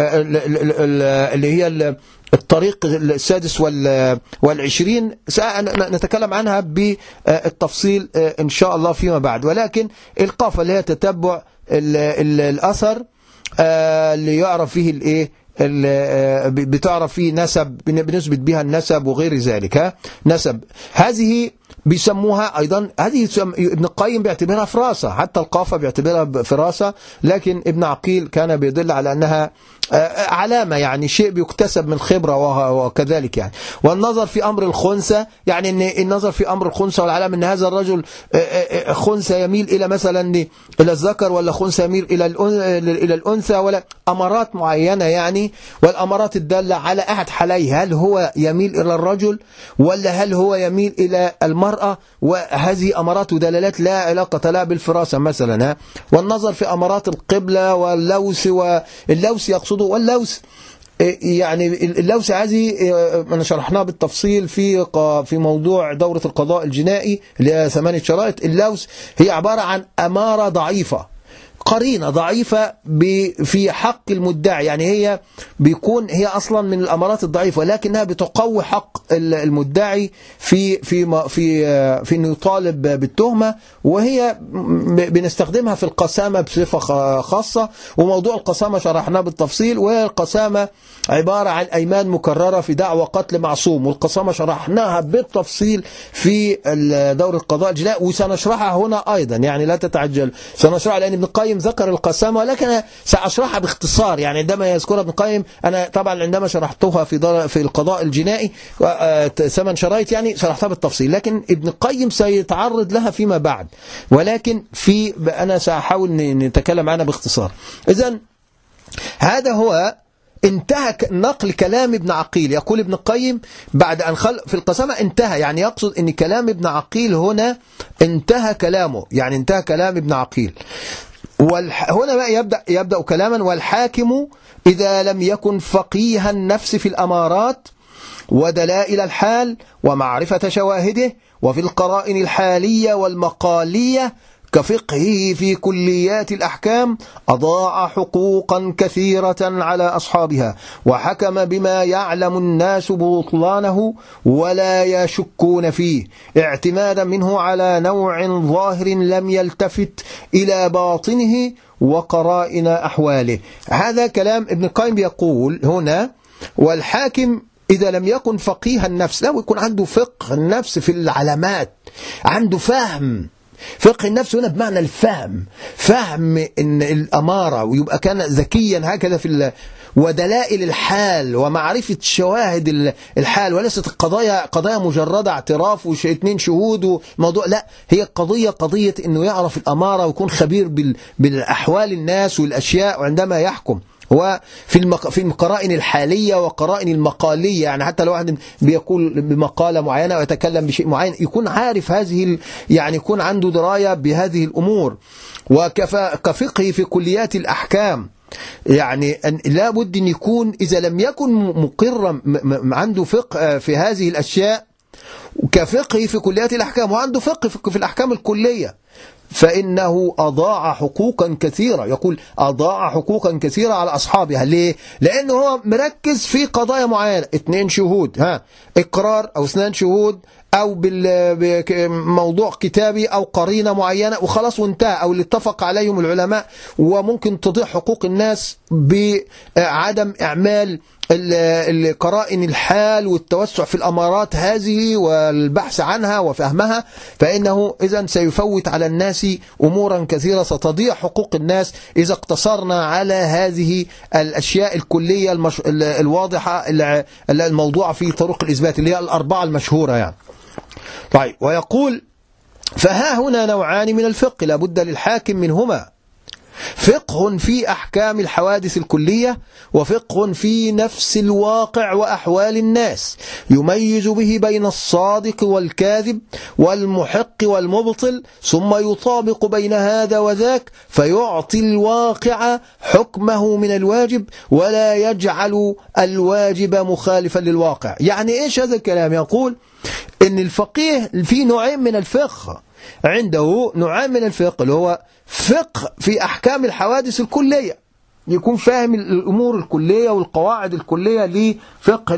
اللي هي الطريق السادس والعشرين، نتكلم عنها بالتفصيل إن شاء الله فيما بعد. ولكن القافة اللي هي تتبع الأثر اللي يعرف فيه الإيه، بتعرف فيه نسب، بنثبت بها النسب وغير ذلك. نسب هذه بيسموها أيضا، هذه ابن القيم بيعتبرها فراسة، حتى القافة بيعتبرها فراسة، لكن ابن عقيل كان بيدل على أنها علامة، يعني شيء بيكتسب من خبرة وكذلك يعني. والنظر في أمر الخنثى، يعني أن النظر في أمر الخنثى والعلامة أن هذا الرجل خنثى يميل إلى مثلا إلى الذكر، ولا خنثى يميل إلى إلى الأنثى، ولا أمارات معينة يعني. والأمارات الدالة على أحد حاليه، هل هو يميل إلى الرجل ولا هل هو يميل إلى المرأة، وهذه أمارات ودلالات لا علاقة لها بالفراسة مثلا. والنظر في أمارات القبلة واللوث، واللوث يقصد واللوث يعني اللوث هذه أنا شرحناه بالتفصيل في في موضوع دورة القضاء الجنائي اللي هي ثمانية شرائط. اللوث هي عبارة عن أمارة ضعيفة، قرينة ضعيفة في حق المدعي، يعني هي بيكون هي أصلا من الأمارات الضعيفة، ولكنها بتقوي حق المدعي في في في في إنه يطالب بالتهمة. وهي بنستخدمها في القسامة بصفة خاصة، وموضوع القسامة شرحناه بالتفصيل. والقسامة عبارة عن أيمان مكررة في دعوى قتل معصوم، والقسامة شرحناها بالتفصيل في دور القضاء الجنائي، وسنشرحها هنا أيضا، يعني لا تتعجل سنشرحها، لأن ابن القيم ذكر القسامة، ولكن أنا سأشرحها باختصار. يعني عندما يذكرها ابن القيم، أنا طبعا عندما شرحتها في في القضاء الجنائي ثمان شرائط يعني شرحتها بالتفصيل، لكن ابن القيم سيتعرض لها فيما بعد، ولكن في أنا سأحاول نتكلم عنها باختصار. إذن هذا هو انتهى نقل كلام ابن عقيل. يقول ابن القيم بعد أن خلق في القسامة انتهى، يعني يقصد أن كلام ابن عقيل هنا انتهى كلامه، يعني انتهى كلام ابن عقيل. وهنا بقى يبدأ, يبدأ كلاما: والحاكم إذا لم يكن فقيه النفس في الأمارات ودلائل الحال ومعرفة شواهده وفي القرائن الحالية والمقالية كفقهه في كليات الأحكام، أضاع حقوقا كثيرة على أصحابها، وحكم بما يعلم الناس بطلانه ولا يشكون فيه، اعتمادا منه على نوع ظاهر لم يلتفت إلى باطنه وقرائن أحواله. هذا كلام ابن القيم يقول هنا: والحاكم إذا لم يكن فقيه النفس، لو يكون عنده فقه النفس في العلامات، عنده فهم. فقه النفس هنا بمعنى الفهم، فهم إن الأمارة، ويبقى كان ذكيا هكذا في ودلائل الحال ومعرفة شواهد الحال، وليست القضايا قضايا مجردة اعتراف واثنين شهود وموضوع، لا، هي قضية قضية إنه يعرف الأمارة ويكون خبير بالأحوال الناس والأشياء عندما يحكم. وفي المق... في القرائن الحالية وقرائن المقالية، يعني حتى لو واحد بيقول بمقالة معينة ويتكلم بشيء معين يكون عارف هذه ال... يعني يكون عنده دراية بهذه الأمور. وكفقه في كليات الأحكام، يعني لا بد أن يكون إذا لم يكن مقرا عنده فقه في هذه الأشياء كفقه في كليات الأحكام وعنده فقه في الأحكام الكلية، فإنه أضاع حقوقا كثيرة. يقول أضاع حقوقا كثيرة على أصحابها. ليه؟ لأنه هو مركز في قضايا معينة، اثنين شهود، ها إقرار أو اثنين شهود أو بالموضوع كتابي أو قرينة معينة وخلاص وانتهى، أو اللي اتفق عليهم العلماء، وممكن تضيع حقوق الناس بعدم إعمال القرائن الحال والتوسع في الأمارات هذه والبحث عنها وفهمها، فإنه إذن سيفوت على الناس أمورا كثيرة، ستضيع حقوق الناس إذا اقتصرنا على هذه الأشياء الكلية المش... الواضحة الموضوعة في طرق الإثبات اللي هي الأربعة المشهورة يعني. طيب، ويقول: فها هنا نوعان من الفقه لا بد للحاكم منهما: فقه في أحكام الحوادث الكلية، وفقه في نفس الواقع وأحوال الناس يميز به بين الصادق والكاذب والمحق والمبطل، ثم يطابق بين هذا وذاك فيعطي الواقع حكمه من الواجب ولا يجعل الواجب مخالفا للواقع. يعني إيش هذا الكلام؟ يقول إن الفقيه في نوعين من الفقه، عنده نوعين من الفقه، اللي هو فقه في أحكام الحوادث الكلية، يكون فاهم الأمور الكلية والقواعد الكلية لفقه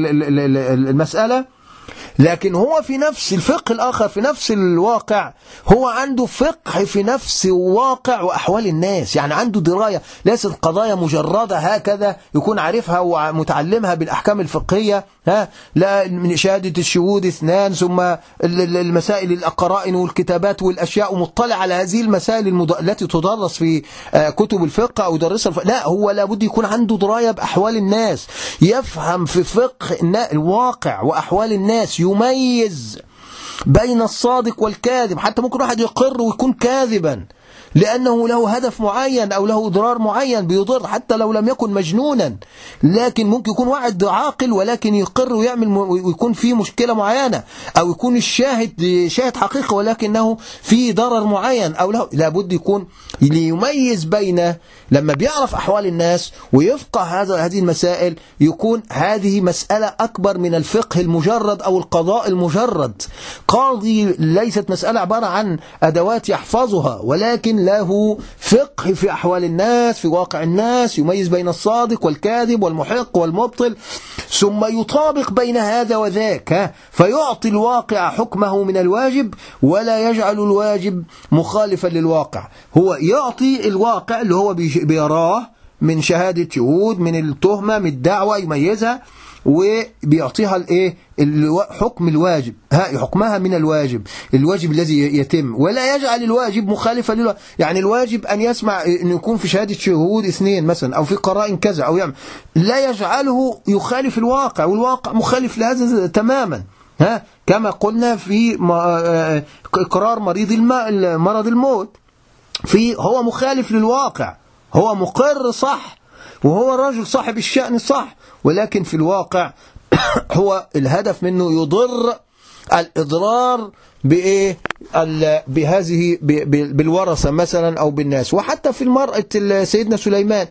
المسألة، لكن هو في نفس الفقه الآخر في نفس الواقع هو عنده فقه في نفس واقع وأحوال الناس، يعني عنده دراية، ليست قضايا مجردة هكذا يكون عارفها ومتعلمها بالأحكام الفقهية، ها لا، من شهادة الشهود اثنان، ثم المسائل القرائن والكتابات والأشياء، ومطلع على هذه المسائل المد... التي تدرس في كتب الفقه أو يدرسها الفقه. لا، هو لابد يكون عنده دراية بأحوال الناس، يفهم في فقه الواقع وأحوال الناس، يميز بين الصادق والكاذب. حتى ممكن واحد يقر ويكون كاذبا لأنه له هدف معين أو له إضرار معين بيضر، حتى لو لم يكن مجنونا، لكن ممكن يكون واحد عاقل ولكن يقر ويعمل ويكون فيه مشكلة معينة، أو يكون الشاهد شاهد حقيقة ولكنه في ضرر معين، أو له لابد يكون ليميز بين، لما بيعرف أحوال الناس ويفقه هذا هذه المسائل، يكون هذه مسألة أكبر من الفقه المجرد أو القضاء المجرد. قاضي ليست مسألة عبارة عن أدوات يحفظها، ولكن له فقه في أحوال الناس، في واقع الناس، يميز بين الصادق والكاذب والمحق والمبطل، ثم يطابق بين هذا وذاك، فيعطي الواقع حكمه من الواجب ولا يجعل الواجب مخالفا للواقع. هو يعطي الواقع اللي هو بيراه من شهادة شهود، من التهمة، من الدعوة، يميزها وبيعطيها الايه حكم الواجب، ها حكمها من الواجب، الواجب الذي يتم، ولا يجعل الواجب مخالفا للواجب. يعني الواجب أن يسمع أن يكون في شهادة شهود اثنين مثلا، أو في قرائن كذا، أو يعمل، لا يجعله يخالف الواقع، والواقع مخالف لهذا تماما، ها كما قلنا في إقرار مريض مرض الموت، في هو مخالف للواقع، هو مقر صح وهو الرجل صاحب الشأن صح، ولكن في الواقع هو الهدف منه يضر، الإضرار بإيه بهذه بالورثة مثلا أو بالناس. وحتى في المرأة سيدنا سليمان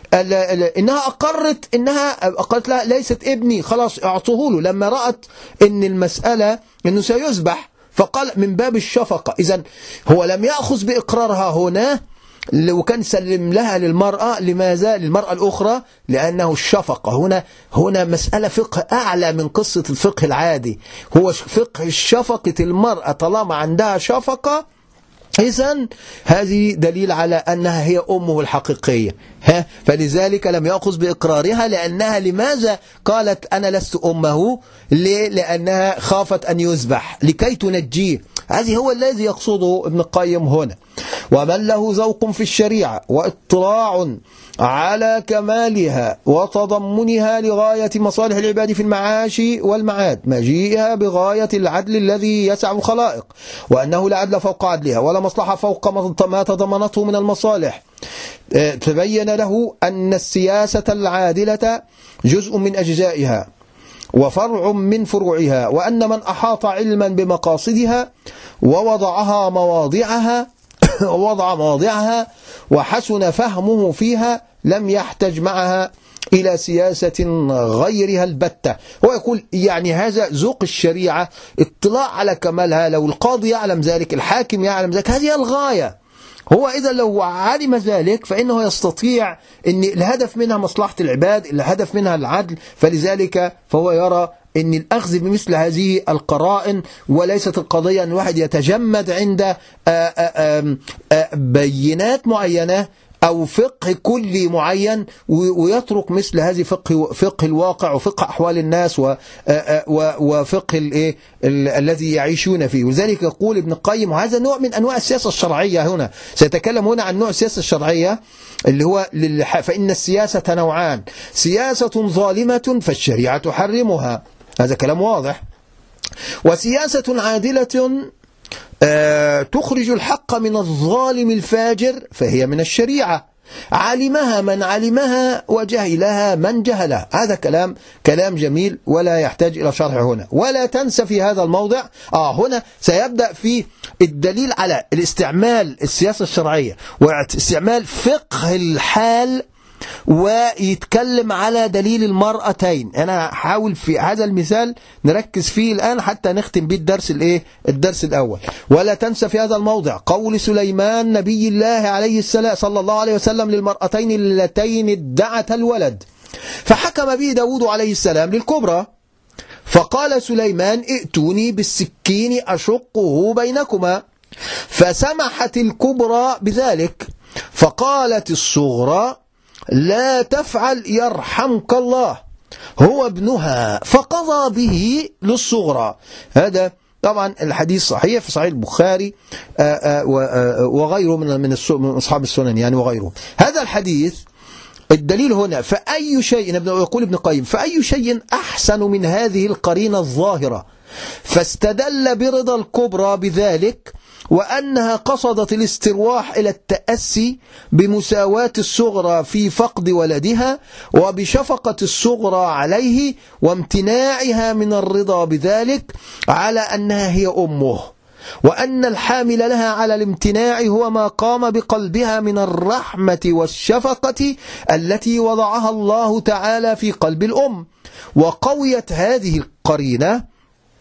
إنها أقرت إنها أقرت لها ليست ابني، خلاص أعطوه له، لما رأت إن المسألة إنه سيذبح فقال من باب الشفقة. إذن هو لم يأخذ بإقرارها هنا لو كان سلم لها للمرأة، لماذا للمرأة الأخرى؟ لأنه الشفقة هنا هنا مسألة فقه أعلى من قصة الفقه العادي، هو فقه الشفقة المرأة، طالما عندها شفقة إذن هذه دليل على أنها هي أمه الحقيقية، ها فلذلك لم يأخذ بإقرارها، لأنها لماذا قالت أنا لست أمه؟ ليه؟ لأنها خافت أن يذبح لكي تنجيه. هذه هو الذي يقصده ابن القيم هنا. ومن له ذوق في الشريعة واطلاع على كمالها وتضمنها لغاية مصالح العباد في المعاش والمعاد، مجيئها بغاية العدل الذي يسع الخلائق، وأنه لا عدل فوق عدلها ولا مصلحة فوق ما تضمنته من المصالح، تبين له أن السياسة العادلة جزء من أجزائها وفرع من فروعها، وأن من أحاط علما بمقاصدها ووضعها مواضعها ووضع مواضعها وحسن فهمه فيها لم يحتج معها إلى سياسة غيرها البتة. هو يقول يعني هذا ذوق الشريعة، اطلاع على كمالها، لو القاضي يعلم ذلك، الحاكم يعلم ذلك، هذه الغاية. هو إذا لو علم ذلك فإنه يستطيع أن الهدف منها مصلحة العباد، الهدف منها العدل، فلذلك فهو يرى أن الأخذ بمثل هذه القرائن، وليست القضية أن الواحد يتجمد عند بينات معينة أو فقه كلي معين ويترك مثل هذه فقه فقه الواقع وفقه أحوال الناس وفقه الايه الذي يعيشون فيه. ولذلك يقول ابن القيم، وهذا نوع من أنواع السياسة الشرعية، هنا سيتكلم هنا عن نوع السياسة الشرعية اللي هو فإن السياسة نوعان، سياسة ظالمة فالشريعة تحرمها، هذا كلام واضح، وسياسة عادلة تخرج الحق من الظالم الفاجر فهي من الشريعة، علمها من علمها وجهلها من جهلها. هذا كلام كلام جميل ولا يحتاج إلى شرح هنا. ولا تنسى في هذا الموضع آه هنا سيبدأ في الدليل على الاستعمال السياسة الشرعية واستعمال فقه الحال ويتكلم على دليل المرأتين. أنا هحاول في هذا المثال نركز فيه الآن حتى نختم به الدرس الإيه؟ الدرس الأول. ولا تنسى في هذا الموضع قول سليمان نبي الله عليه السلام صلى الله عليه وسلم للمرأتين اللتين ادعتا الولد، فحكم به داود عليه السلام للكبرى، فقال سليمان ائتوني بالسكين أشقه بينكما، فسمحت الكبرى بذلك، فقالت الصغرى لا تفعل يرحمك الله، هو ابنها، فقضى به للصغرى. هذا طبعا الحديث صحيح في صحيح البخاري وغيره من من أصحاب السنن يعني وغيره. هذا الحديث الدليل هنا فأي شيء يقول ابن القيم فأي شيء أحسن من هذه القرينة الظاهرة، فاستدل برضا الكبرى بذلك وأنها قصدت الاسترواح إلى التأسي بمساواة الصغرى في فقد ولدها وبشفقة الصغرى عليه وامتناعها من الرضا بذلك على أنها هي أمه، وأن الحامل لها على الامتناع هو ما قام بقلبها من الرحمة والشفقة التي وضعها الله تعالى في قلب الأم. وقويت هذه القرينة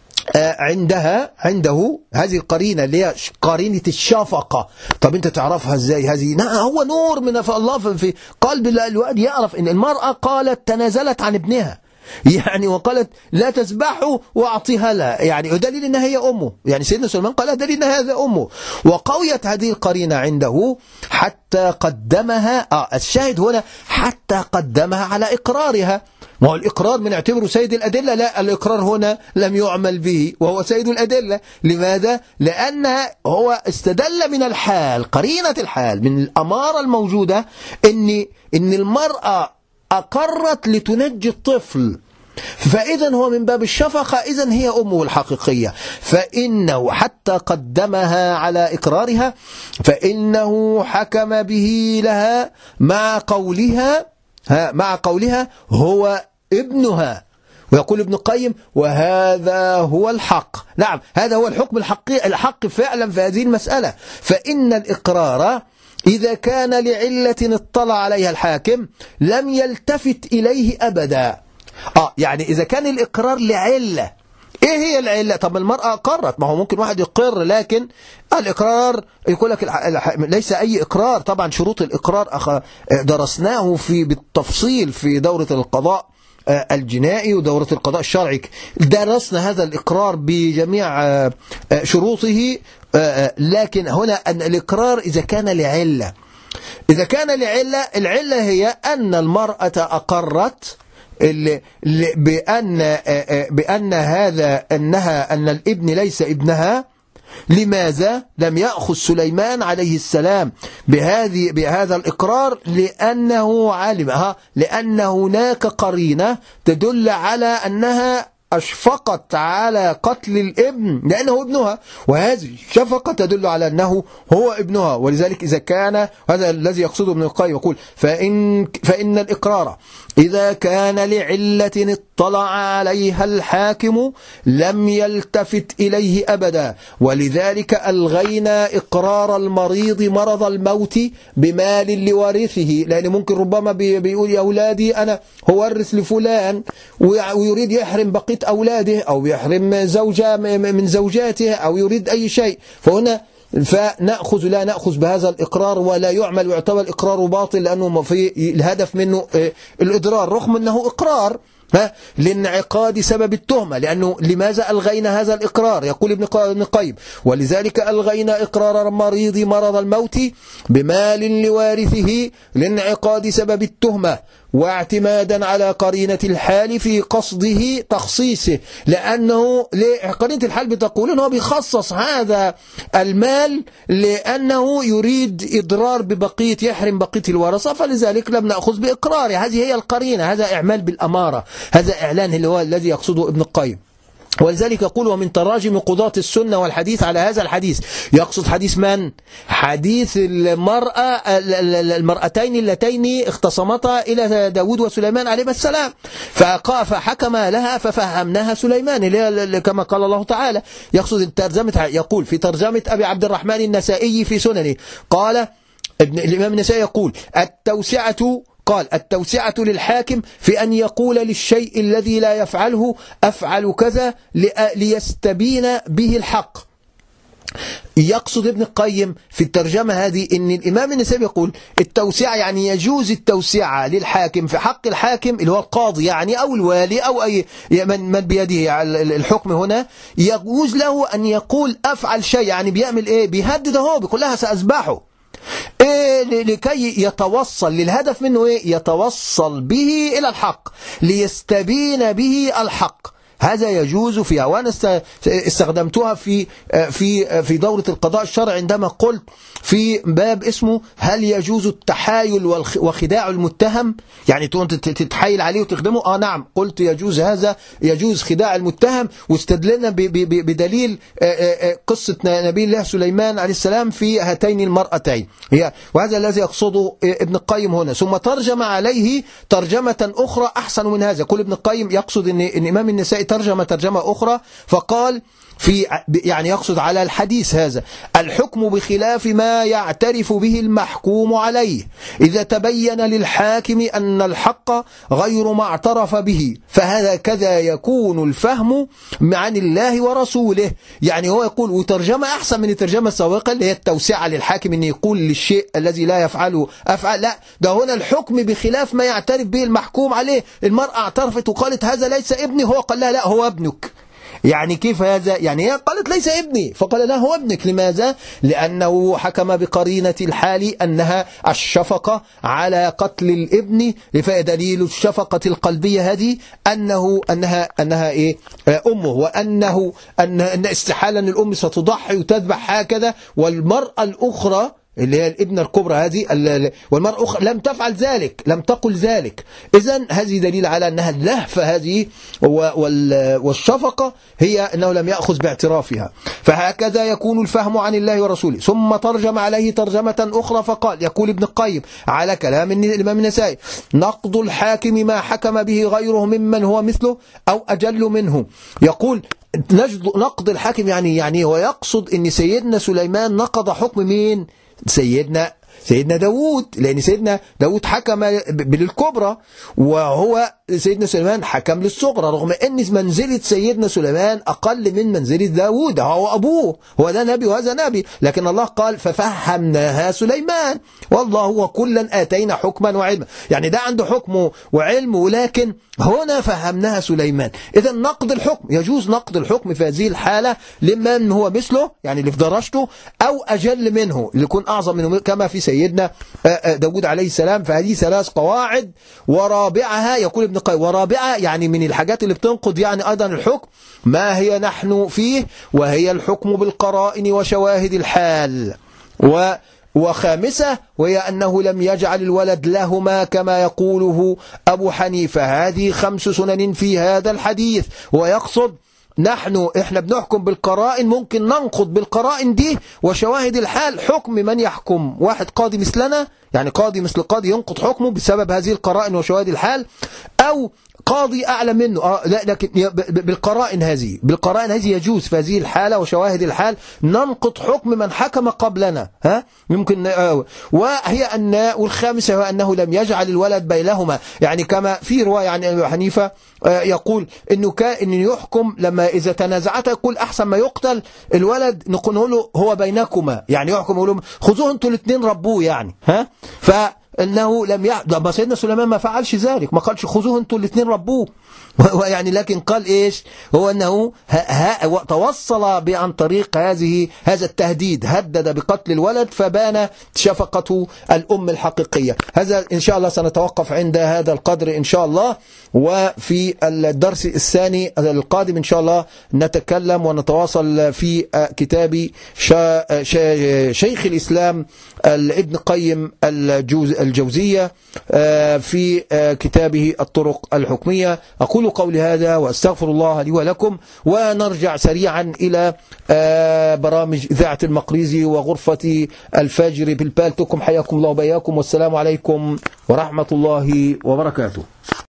عندها عنده هذه القرينة اللي هي قرينة الشفقة. طب انت تعرفها ازاي هذه؟ نعم هو نور من الله في قلب الوالد، يعرف ان المرأة قالت تنازلت عن ابنها يعني وقالت لا تذبحه واعطيها لها، يعني دليل انها هي امه، يعني سيدنا سليمان قال دليل ان هذا امه. وقويت هذه القرينة عنده حتى قدمها اه الشاهد هنا حتى قدمها على اقرارها. ما هو الإقرار من اعتبره سيد الأدلة؟ لا، الإقرار هنا لم يعمل به وهو سيد الأدلة. لماذا؟ لأن هو استدل من الحال، قرينة الحال من الأمارة الموجودة إن إن المرأة أقرت لتنجي الطفل، فإذا هو من باب الشفقة، إذن هي أمه الحقيقية، فإنه حتى قدمها على إقرارها فإنه حكم به لها مع قولها مع قولها هو ابنها. ويقول ابن القيم وهذا هو الحق. نعم هذا هو الحكم الحقيقي الحق فعلا في هذه المسألة، فإن الإقرار إذا كان لعلة اطلع عليها الحاكم لم يلتفت إليه أبدا. آه يعني إذا كان الإقرار لعلة، إيه هي العلة؟ طب المرأة أقرت، ما هو ممكن واحد يقر لكن الإقرار يقول لك ليس أي إقرار. طبعا شروط الإقرار درسناه في بالتفصيل في دورة القضاء الجنائي ودورة القضاء الشرعي، درسنا هذا الإقرار بجميع شروطه. لكن هنا أن الإقرار إذا كان لعلة، إذا كان لعلة، العلة هي أن المرأة أقرت بأن بأن هذا أنها أن الابن ليس ابنها. لماذا لم يأخذ سليمان عليه السلام بهذه بهذا الإقرار؟ لأنه علمها، لأن هناك قرينة تدل على أنها أشفقت على قتل الابن لأنه ابنها، وهذه الشفقة تدل على أنه هو ابنها. ولذلك إذا كان هذا الذي يقصده ابن القيم يقول فإن, فإن الإقرار إذا كان لعلة اطلع عليها الحاكم لم يلتفت إليه أبدا. ولذلك ألغينا إقرار المريض مرض الموت بمال لوارثه، لأن ممكن ربما بيقول يا أولادي أنا هورث لفلان ويريد يحرم بقية أولاده أو يحرم زوجة من زوجاته أو يريد أي شيء، فهنا فنأخذ لا نأخذ بهذا الإقرار ولا يعمل ويعتبر الإقرار باطل، لأنه في الهدف منه الإضرار رغم أنه إقرار لانعقاد سبب التهمة. لأنه لماذا ألغينا هذا الإقرار؟ يقول ابن القيم ولذلك ألغينا إقرار المريض مرض الموت بمال لوارثه لانعقاد سبب التهمة واعتمادا على قرينة الحال في قصده تخصيصه، لأنه قرينة الحال بتقول أنه بيخصص هذا المال لأنه يريد إضرار ببقية يحرم بقية الورثة، فلذلك لم نأخذ بإقراره. هذه هي القرينة، هذا إعمال بالأمارة، هذا إعلان اللي هو الذي يقصده ابن القيم. ولذلك يقول ومن تراجم قضاة السنة والحديث على هذا الحديث، يقصد حديث من؟ حديث المرأة المرأتين اللتين اختصمتا إلى داود وسليمان عليه السلام، فحكم لها ففهمناها سليمان كما قال الله تعالى. يقصد الترجمة، يقول في ترجمة أبي عبد الرحمن النسائي في سننه قال ابن الإمام النسائي يقول التوسعة قال التوسعة للحاكم في أن يقول للشيء الذي لا يفعله أفعل كذا ليستبين به الحق. يقصد ابن القيم في الترجمة هذه أن الإمام النسائي يقول التوسعة يعني يجوز التوسعة للحاكم في حق الحاكم اللي هو القاضي يعني أو الوالي أو أي من, من بيده الحكم هنا، يجوز له أن يقول أفعل شيء، يعني بيعمل إيه؟ بيهدد هو بيقول لها سأذبحه إيه لكي يتوصل للهدف منه إيه؟ يتوصل به إلى الحق ليستبين به الحق. هذا يجوز فيها، وأنا استخدمتها في في في دورة القضاء الشرعي عندما قلت في باب اسمه هل يجوز التحايل وخداع المتهم، يعني تتحايل عليه وتخدمه. اه نعم قلت يجوز هذا، يجوز خداع المتهم، واستدلنا بدليل قصة نبي الله سليمان عليه السلام في هاتين المرأتين، وهذا الذي يقصده ابن القيم هنا. ثم ترجم عليه ترجمة أخرى أحسن من هذا. كل ابن القيم يقصد أن الإمام النسائي ترجم ترجمة أخرى فقال في يعني يقصد على الحديث هذا الحكم بخلاف ما يعترف به المحكوم عليه إذا تبين للحاكم أن الحق غير ما اعترف به، فهذا كذا يكون الفهم عن الله ورسوله. يعني هو يقول، وترجمة أحسن من الترجمة السابقة اللي هي التوسعة للحاكم أن يقول للشيء الذي لا يفعله أفعل، لا ده هنا الحكم بخلاف ما يعترف به المحكوم عليه. المرأة اعترفت وقالت هذا ليس ابني، هو قال لها لا هو ابنك. يعني كيف هذا؟ يعني هي قالت ليس ابني، فقال لا هو ابنك. لماذا؟ لأنه حكم بقرينة الحال أنها الشفقة على قتل الابن، فدليل الشفقة القلبية هذه أنه أنها أنها إيه؟ أمه، وأنه أن أن استحالا الأم ستضحي وتذبح هكذا، والمرأة الأخرى اللي هي الابنة الكبرى هذه والمرأة الأخرى لم تفعل ذلك، لم تقل ذلك. إذن هذه دليل على أنها اللهفة هذه والشفقة هي أنه لم يأخذ باعترافها. فهكذا يكون الفهم عن الله ورسوله. ثم ترجم عليه ترجمة أخرى فقال، يقول ابن القيم على كلام الإمام النسائي: نقض الحاكم ما حكم به غيره ممن هو مثله أو أجل منه. يقول نقض الحاكم يعني يعني هو يقصد أن سيدنا سليمان نقض حكم مين؟ سيدنا سيدنا داود، لأن سيدنا داود حكم بالكبرى وهو سيدنا سليمان حكم للصغرى، رغم أن منزلة سيدنا سليمان أقل من منزلة داود، هو أبوه، هو ده نبي وهذا نبي، لكن الله قال ففهمناها سليمان والله وكلا آتينا حكما وعلما. يعني ده عنده حكم وعلم، ولكن هنا فهمناها سليمان. إذا نقض الحكم يجوز، نقض الحكم في هذه الحالة لمن هو مثله، يعني اللي في درجته، أو أجل منه اللي يكون أعظم منه كما في سيدنا داود عليه السلام. فهذه ثلاث قواعد. ورابعها يقول ابن القيم، ورابعة يعني من الحاجات اللي بتنقض يعني أيضا الحكم ما هي نحن فيه، وهي الحكم بالقرائن وشواهد الحال. و وخامسة وهي أنه لم يجعل الولد لهما كما يقوله أبو حنيفة. هذه خمس سنن في هذا الحديث. ويقصد نحن إحنا بنحكم بالقرائن، ممكن ننقض بالقرائن دي وشواهد الحال حكم من يحكم واحد قاضي مثلنا، يعني قاضي مثل قاضي ينقض حكمه بسبب هذه القرائن وشواهد الحال، أو قاضي أعلى منه. آه لا لكن بالقرائن هذه بالقرائن هذه يجوز في هذه الحالة وشواهد الحال ننقض حكم من حكم قبلنا. ها يمكن. آه وهي أن والخامسة هو أنه لم يجعل الولد بينهما، يعني كما في رواية عن أبي حنيفة آه يقول إنه كان إنه يحكم لما إذا تنازعت يقول أحسن ما يقتل الولد نقول له هو بينكما، يعني يحكم يقول لهم خذوه أنتوا الاثنين ربوه يعني. ها ف أنه لم يحدث. سيدنا سليمان ما فعلش ذلك، ما قالش خذوه انتوا الاثنين ربوه يعني، لكن قال إيش؟ هو أنه توصل عن طريق هذه هذا التهديد، هدد بقتل الولد فبان شفقة الأم الحقيقية. هذا إن شاء الله سنتوقف عند هذا القدر إن شاء الله، وفي الدرس الثاني القادم إن شاء الله نتكلم ونتواصل في كتاب شيخ الإسلام ابن قيم الجوزية في كتابه الطرق الحكمية. أقول قولي هذا وأستغفر الله لي ولكم، ونرجع سريعا إلى برامج إذاعة المقريزي وغرفة الفجر بالبالتكم. حياكم الله وبياكم، والسلام عليكم ورحمة الله وبركاته.